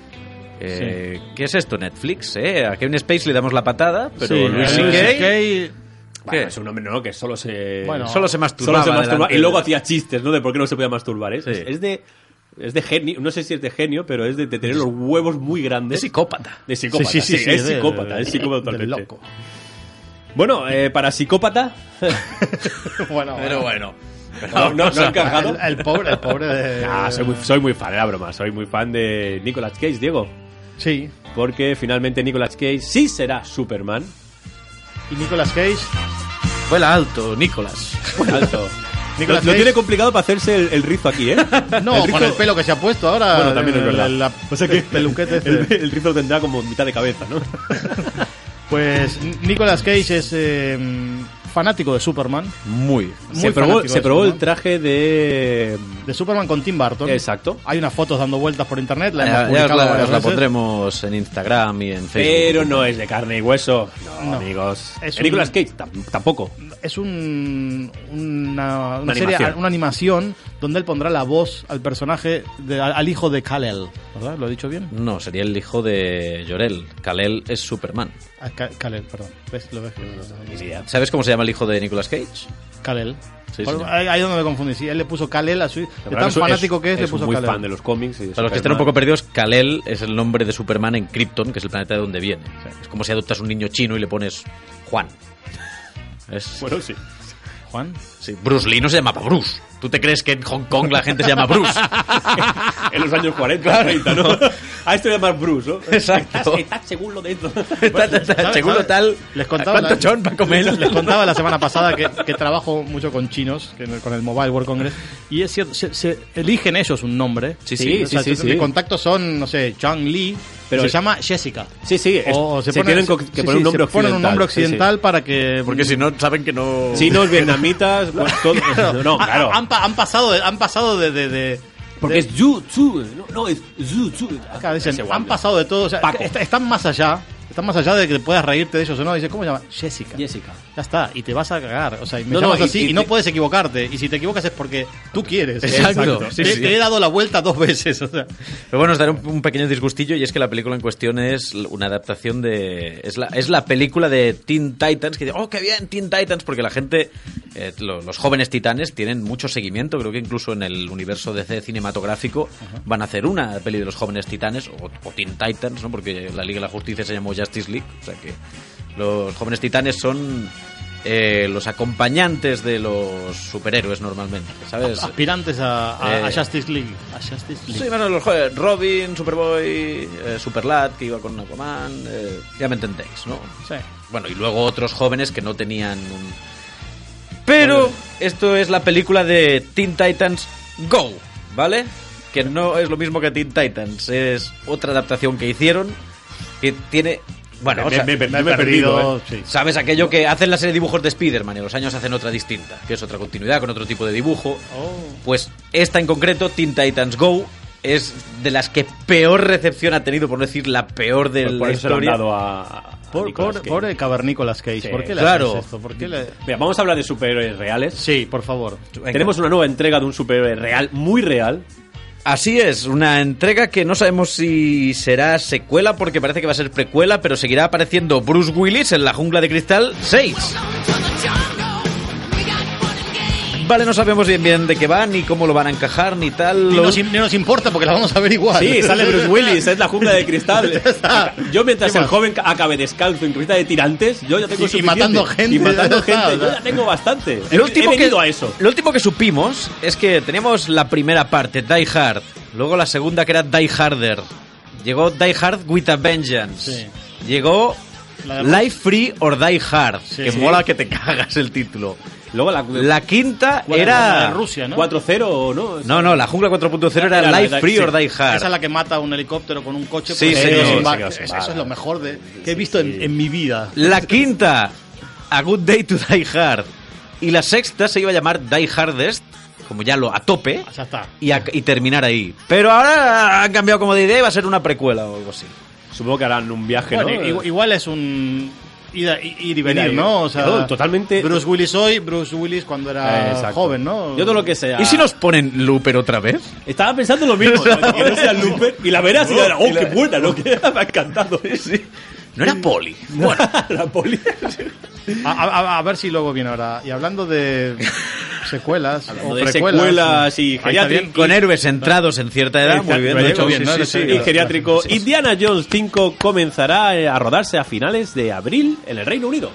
Eh, ¿Qué es esto? Netflix, ¿eh? A Kevin Space le damos la patada, pero Sí, Louis Louis C K... C K Bueno, ¿Qué? es un hombre no, que solo se. Bueno, Solo se solo masturbaba. se masturbaba delante y luego de- hacía chistes, ¿no? De por qué no se podía masturbar. ¿eh? Sí. Es, es de. Es de genio, no sé si es de genio, pero es de, de tener los huevos muy grandes. Es psicópata. De psicópata, Sí, sí, sí, sí, sí, es de- psicópata, de- es psicópata del totalmente. loco. Bueno, eh, para psicópata. Bueno, Pero bueno. No, no, no o sea, ha encajado. El, el pobre, el pobre de... Ah, soy muy, soy muy fan, era broma. Soy muy fan de Nicolas Cage, Diego. Sí. Porque finalmente Nicolas Cage sí será Superman. Y Nicolas Cage... Vuela alto, Nicolás. Alto. Nicolas lo, lo Cage- tiene complicado para hacerse el, el rizo aquí, ¿eh? No, El rizo- con el pelo que se ha puesto ahora... Bueno, también es el- verdad. el- la- O sea que el peluquete este. el, el rizo lo tendrá como mitad de cabeza, ¿no? Pues Nicolas Cage es eh, fanático de Superman. Muy. Muy se probó, fanático se de probó el Superman. traje de. De Superman con Tim Burton. Exacto. Hay unas fotos dando vueltas por internet, la hemos Ya, ya os publicado la, varias os la veces. pondremos en Instagram y en Facebook. Pero no es de carne y hueso. No, No. amigos. Es Eh, Nicolas un- Cage tam- tampoco. es un, una, una, Una serie, animación. una animación donde él pondrá la voz al personaje, de, al, al hijo de Kal-El, ¿verdad? ¿Lo he dicho bien? No, sería el hijo de Jor-El. Kal-El es Superman. Ah, Ka- Kal-El, perdón. ¿Ves? Lo ves. ¿Sabes cómo se llama el hijo de Nicolas Cage? Kal-El. Sí, Por- señor. ahí, ahí donde me confundí. Sí, él le puso Kal-El a su hijo. De tan Es- fanático que es, le es puso muy Kal-El. fan de los cómics. Y de Para los que estén un Superman. poco perdidos, Kal-El es el nombre de Superman en Krypton, que es el planeta de donde viene. O sea, es como si adoptas un niño chino y le pones Juan. Es, Bueno, sí. Juan. sí, Bruce Lee no se llamaba Bruce. ¿Tú te crees que en Hong Kong la gente se llama Bruce? En los años cuarenta, treinta, ¿no? A esto le llaman Bruce, ¿no? Exacto. Estás, estás según lo dentro. Ta, ta, ta, ¿Sabes- Seguro sabes? tal. Les contaba ¿Cuánto la- chon para comer? Les contaba la semana pasada que, que trabajo mucho con chinos, que en el- con el Mobile World Congress, y es cierto, se, se eligen ellos un nombre. Sí, sí, O sea, sí, sí, mis sí. contactos son, no sé, Chang Lee, Pero pero se el- llama Jessica. Sí, sí. es- O se, ponen- tienen co- que sí, poner sí, un nombre se ponen occidental. un nombre sí, sí. occidental para que... Porque si no, saben que no... Chinos, vietnamitas, pues, todo. No, Ha- claro. Han, pa- han pasado de... Han pasado de, de, de- Porque de- es Yu Tzu. No, no, es Zhu Tzu. Acá dicen, Ese han guante. pasado de todo, o sea, Paco. est- están más allá, están más allá de que puedas reírte de ellos o no. Dice, ¿cómo se llama? Jessica. Jessica. Ya está, y te vas a cagar. O sea, y me No, no, llamas y- así y, y no te- puedes equivocarte. Y si te equivocas es porque tú quieres. Exacto. Sí, te, sí. te he dado la vuelta dos veces. O sea. Pero bueno, os daré un, un pequeño disgustillo y es que la película en cuestión es una adaptación de... Es la, es la película de Teen Titans, que dice, oh, qué bien, Teen Titans, porque la gente, eh, lo- los jóvenes titanes tienen mucho seguimiento, creo que incluso en el universo D C cinematográfico van a hacer una peli de los jóvenes titanes, o, o Teen Titans, ¿no? Porque la Liga de la Justicia se llamó Justice League, o sea que los jóvenes titanes son... eh, los acompañantes de los superhéroes normalmente, ¿sabes? Aspirantes a, a- Eh. a Justice League. A Justice League. Sí, bueno, los jóvenes, Robin, Superboy, eh, Superlad, que iba con Aquaman, eh, ya me entendéis, ¿no? Sí. Bueno, y luego otros jóvenes que no tenían un... Pero esto es la película de Teen Titans Go, ¿vale? Que no es lo mismo que Teen Titans, es otra adaptación que hicieron que tiene... Bueno, o sea, me, me- Me he me he perdido, ¿eh? sí. ¿sabes aquello que hacen la serie de dibujos de Spider-Man y a los años hacen otra distinta? Que es otra continuidad, con otro tipo de dibujo. Oh. Pues esta en concreto, Teen Titans Go, es de las que peor recepción ha tenido, por no decir la peor de Pues por la eso se lo han historia. dado a. a Por, Nicolas por, Cage. pobre cavernícolas Cage. Sí, ¿Por qué le claro. haces esto? ¿Por qué le... Mira, vamos a hablar de superhéroes reales. Sí, por favor. Tenemos una nueva entrega de un superhéroe real, muy real. Así es, una entrega que no sabemos si será secuela porque parece que va a ser precuela, pero seguirá apareciendo Bruce Willis en La Jungla de Cristal seis. Vale, no sabemos bien bien de qué va, ni cómo lo van a encajar, ni tal. Ni Lo- nos, ni nos importa porque la vamos a ver igual. Sí, sale Bruce Willis, es la jungla de cristal. está. Yo mientras ¿Qué el más? joven acabe descalzo en cruceta de tirantes, yo ya tengo Y- y suficiente. matando gente, Y matando ya está, gente, o yo sea. ya tengo bastante. He, Lo último he venido que, a eso. Lo último que supimos es que teníamos la primera parte, Die Hard, luego la segunda que era Die Harder, llegó Die Hard with a Vengeance, Sí. llegó La de- Life Free or Die Hard, Sí, que sí. mola que te cagas el título. Luego la, La quinta ¿Cuál era... la de Rusia, ¿no? cuatro cero, ¿no? No, no, la Jungla cuatro punto cero era, Era la Life de- Free sí. or Die Esa Hard. es la que mata un helicóptero con un coche. Sí, porque señor. se quedó sin Sí, ba- señor, sin Eso bala. es lo mejor de, que he visto en, en mi vida. La quinta, A Good Day to Die Hard. Y la sexta se iba a llamar Die Hardest, como ya lo a tope, Ya está. y, a- y terminar ahí. Pero ahora han cambiado como de idea y va a ser una precuela o algo así. Supongo que harán un viaje, Bueno, ¿no? igual, igual es un ir, a- ir y venir, Mira, ¿no? O sea, no, totalmente- Bruce Willis hoy, Bruce Willis cuando era Exacto. joven, ¿no? Yo todo lo que sea. ¿Y si nos ponen Looper otra vez? Estaba pensando lo mismo, ¿no? Que no sea Looper y la verás y la oh, y la- qué buena, ¿no? Que me ha encantado. No era Poli. Bueno, la poli. A, a- a ver si luego viene ahora. Y hablando de secuelas Hablando o de precuelas, secuelas y ahí está geriátricas. bien. Con héroes centrados en cierta edad. Muy bien, Lo he lo hecho he bien, ¿no? sí, Lo he sí, hecho sí. bien. Y geriátrico. Indiana Jones cinco comenzará eh, a rodarse a finales de abril en el Reino Unido.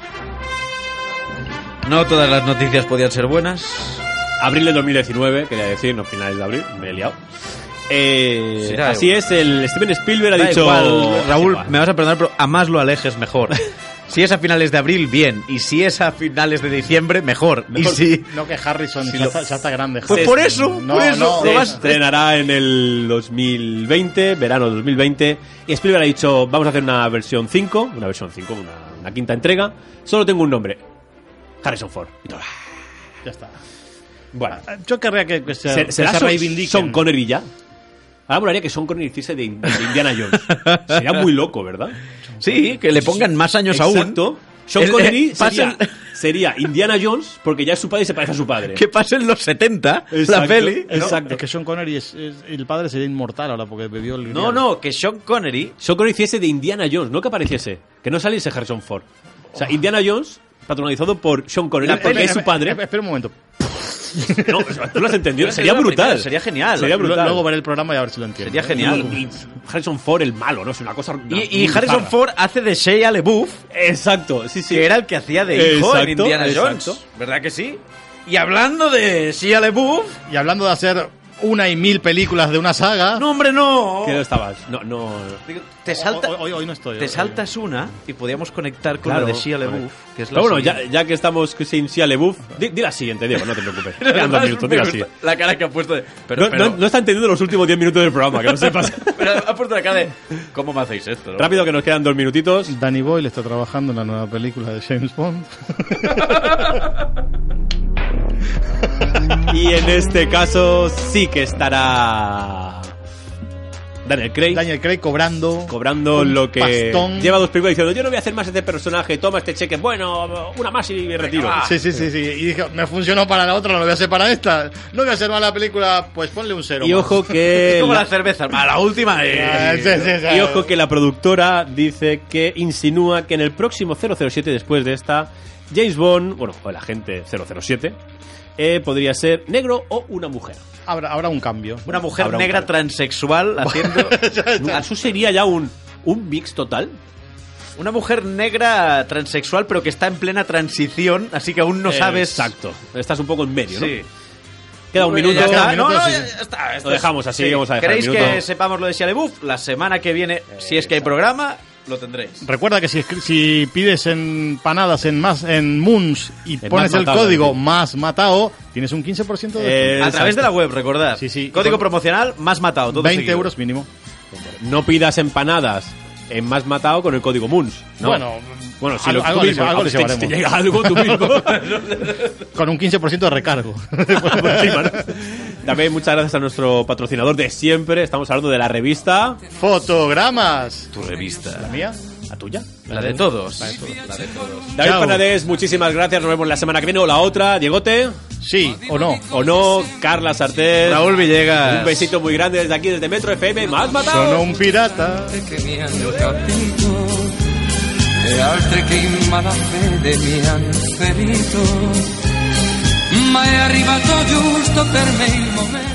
No todas las noticias podían ser buenas. Abril de dos mil diecinueve, quería decir, no finales de abril, me he liado. Eh, Sí, da así igual. es, el Steven Spielberg ha Da dicho... igual, Raúl, Igual. me vas a perdonar, pero a más lo alejes mejor. Si es a finales de abril, bien. Y si es a finales de diciembre, mejor. Mejor. Y si... No que Harrison Si ya, lo- está, ya está grande. Pues Harrison. por eso, No, por eso. no, Se lo vas- estrenará en el dos mil veinte, verano dos mil veinte. Y Spielberg ha dicho, vamos a hacer una versión cinco, una versión cinco, una, una quinta entrega. Solo tengo un nombre. Harrison Ford. Y todo. Ya está. Bueno, Yo querría que, que se, ¿ser- que ¿será se Son- reivindiquen. Sean Connery ya? Ahora molaría que Sean Connery hiciese de, de Indiana Jones. Sería muy loco, ¿verdad? Sí, que le pongan más años aún. Exacto. Sean El- Connery eh, pasa sería, el- sería Indiana Jones, porque ya es su padre y se parece a su padre. Que pasa en los setenta, Exacto, la peli. ¿no? Exacto. Es que Sean Connery es, es- el padre sería inmortal ahora porque bebió el... No, no, que Sean Connery... Sean Connery hiciese de Indiana Jones, no que apareciese. Que no saliese Harrison Ford. O sea, Indiana Jones, patronizado por Sean Connery, La porque peli- es su padre. Eh, Espera un momento. No, tú lo has entendido. Esa Sería es la brutal. primera, sería genial. Sería Lu- brutal. Luego veré el programa y a ver si lo entiendo. Sería genial. Y Harrison Ford, el malo, ¿no? Es una cosa. Y, y muy Harrison bizarra. Ford hace de Shia LaBeouf, Exacto, sí, sí. que era el que hacía de hijo en Exacto, Indiana exacto. Jones. ¿Verdad que sí? Y hablando de Shia LaBeouf... Y hablando de hacer una y mil películas de una saga... ¡No, hombre, no! ¿Qué no estabas? No, no. Digo, Te, salta, Hoy, hoy- hoy no estoy. te hoy- saltas una y podíamos conectar con Claro. la de Shia LaBeouf, que es la Pero bueno, siguiente. ya, ya que estamos sin Shia LaBeouf, di, di la siguiente, Diego, no te preocupes. Pero Quedan dos además minutos, me di la gusta siguiente. la cara que ha puesto de... Pero, no, pero, no- no está entendiendo los últimos diez minutos del programa, que no sepas. pero ha puesto la cara de... ¿Cómo me hacéis esto? no? Rápido, que nos quedan dos minutitos. Danny Boyle está trabajando en la nueva película de James Bond. Y en este caso sí que estará Daniel Craig Daniel Craig cobrando... cobrando un lo que pastón. lleva dos películas diciendo: yo no voy a hacer más este personaje, toma este cheque, bueno, una más y me retiro. va. Sí, sí, sí, sí. Y dije, me funcionó para la otra, no lo voy a hacer para esta. No voy a hacer más la película, pues ponle un cero. Y más. ojo que Es como la- la cerveza. A la última... eh. Ah, sí, sí, sí. y ojo que la productora dice que insinúa que en el próximo cero cero siete, después de esta, James Bond, bueno, o el agente cero cero siete, eh, podría ser negro o una mujer. Habrá, habrá un cambio. Una mujer Habrá un negra cambio. transexual haciendo... Eso sería ya un, un mix total. Una mujer negra transexual, pero que está en plena transición, así que aún no sabes... Exacto. Estás un poco en medio, ¿no? Sí. Queda un minuto. Ya está. un No, minuto, no, sí. ya, ya está. Esto Lo es- dejamos así, vamos a dejar ¿Queréis el minuto. que sepamos lo de Shia LaBeouf? La semana que viene, si es que hay programa, lo tendréis. Recuerda que si, escri- si pides empanadas en más en Moons y En pones Más el Matao, código sí. más matao, tienes un quince por ciento de Eh, A través de la web, recordad. Sí, sí. Código Con- promocional, más matado. Todo veinte seguido. euros mínimo. No pidas empanadas en Más Matado con el código Moons. ¿no? Bueno, bueno, si algo- lo, algo tú les- mismo, algo les si te, llevaremos. te llega algo tú mismo. Con un quince por ciento de recargo. Encima, ¿no? También muchas gracias a nuestro patrocinador de siempre. Estamos hablando de la revista. Fotogramas. Tu revista. ¿La mía? ¿La tuya? La de todos. La de todos. David Chao. Panadés, muchísimas gracias. Nos vemos la semana que viene o la otra. Diegote. Sí o no. O no. Carla Sartés. Raúl Villegas. Un besito muy grande desde aquí, desde Metro F M. Más Matado. Sono un pirata. che mi hanno capito e altre che in malafede mi hanno ferito, ma è arrivato giusto per me il momento.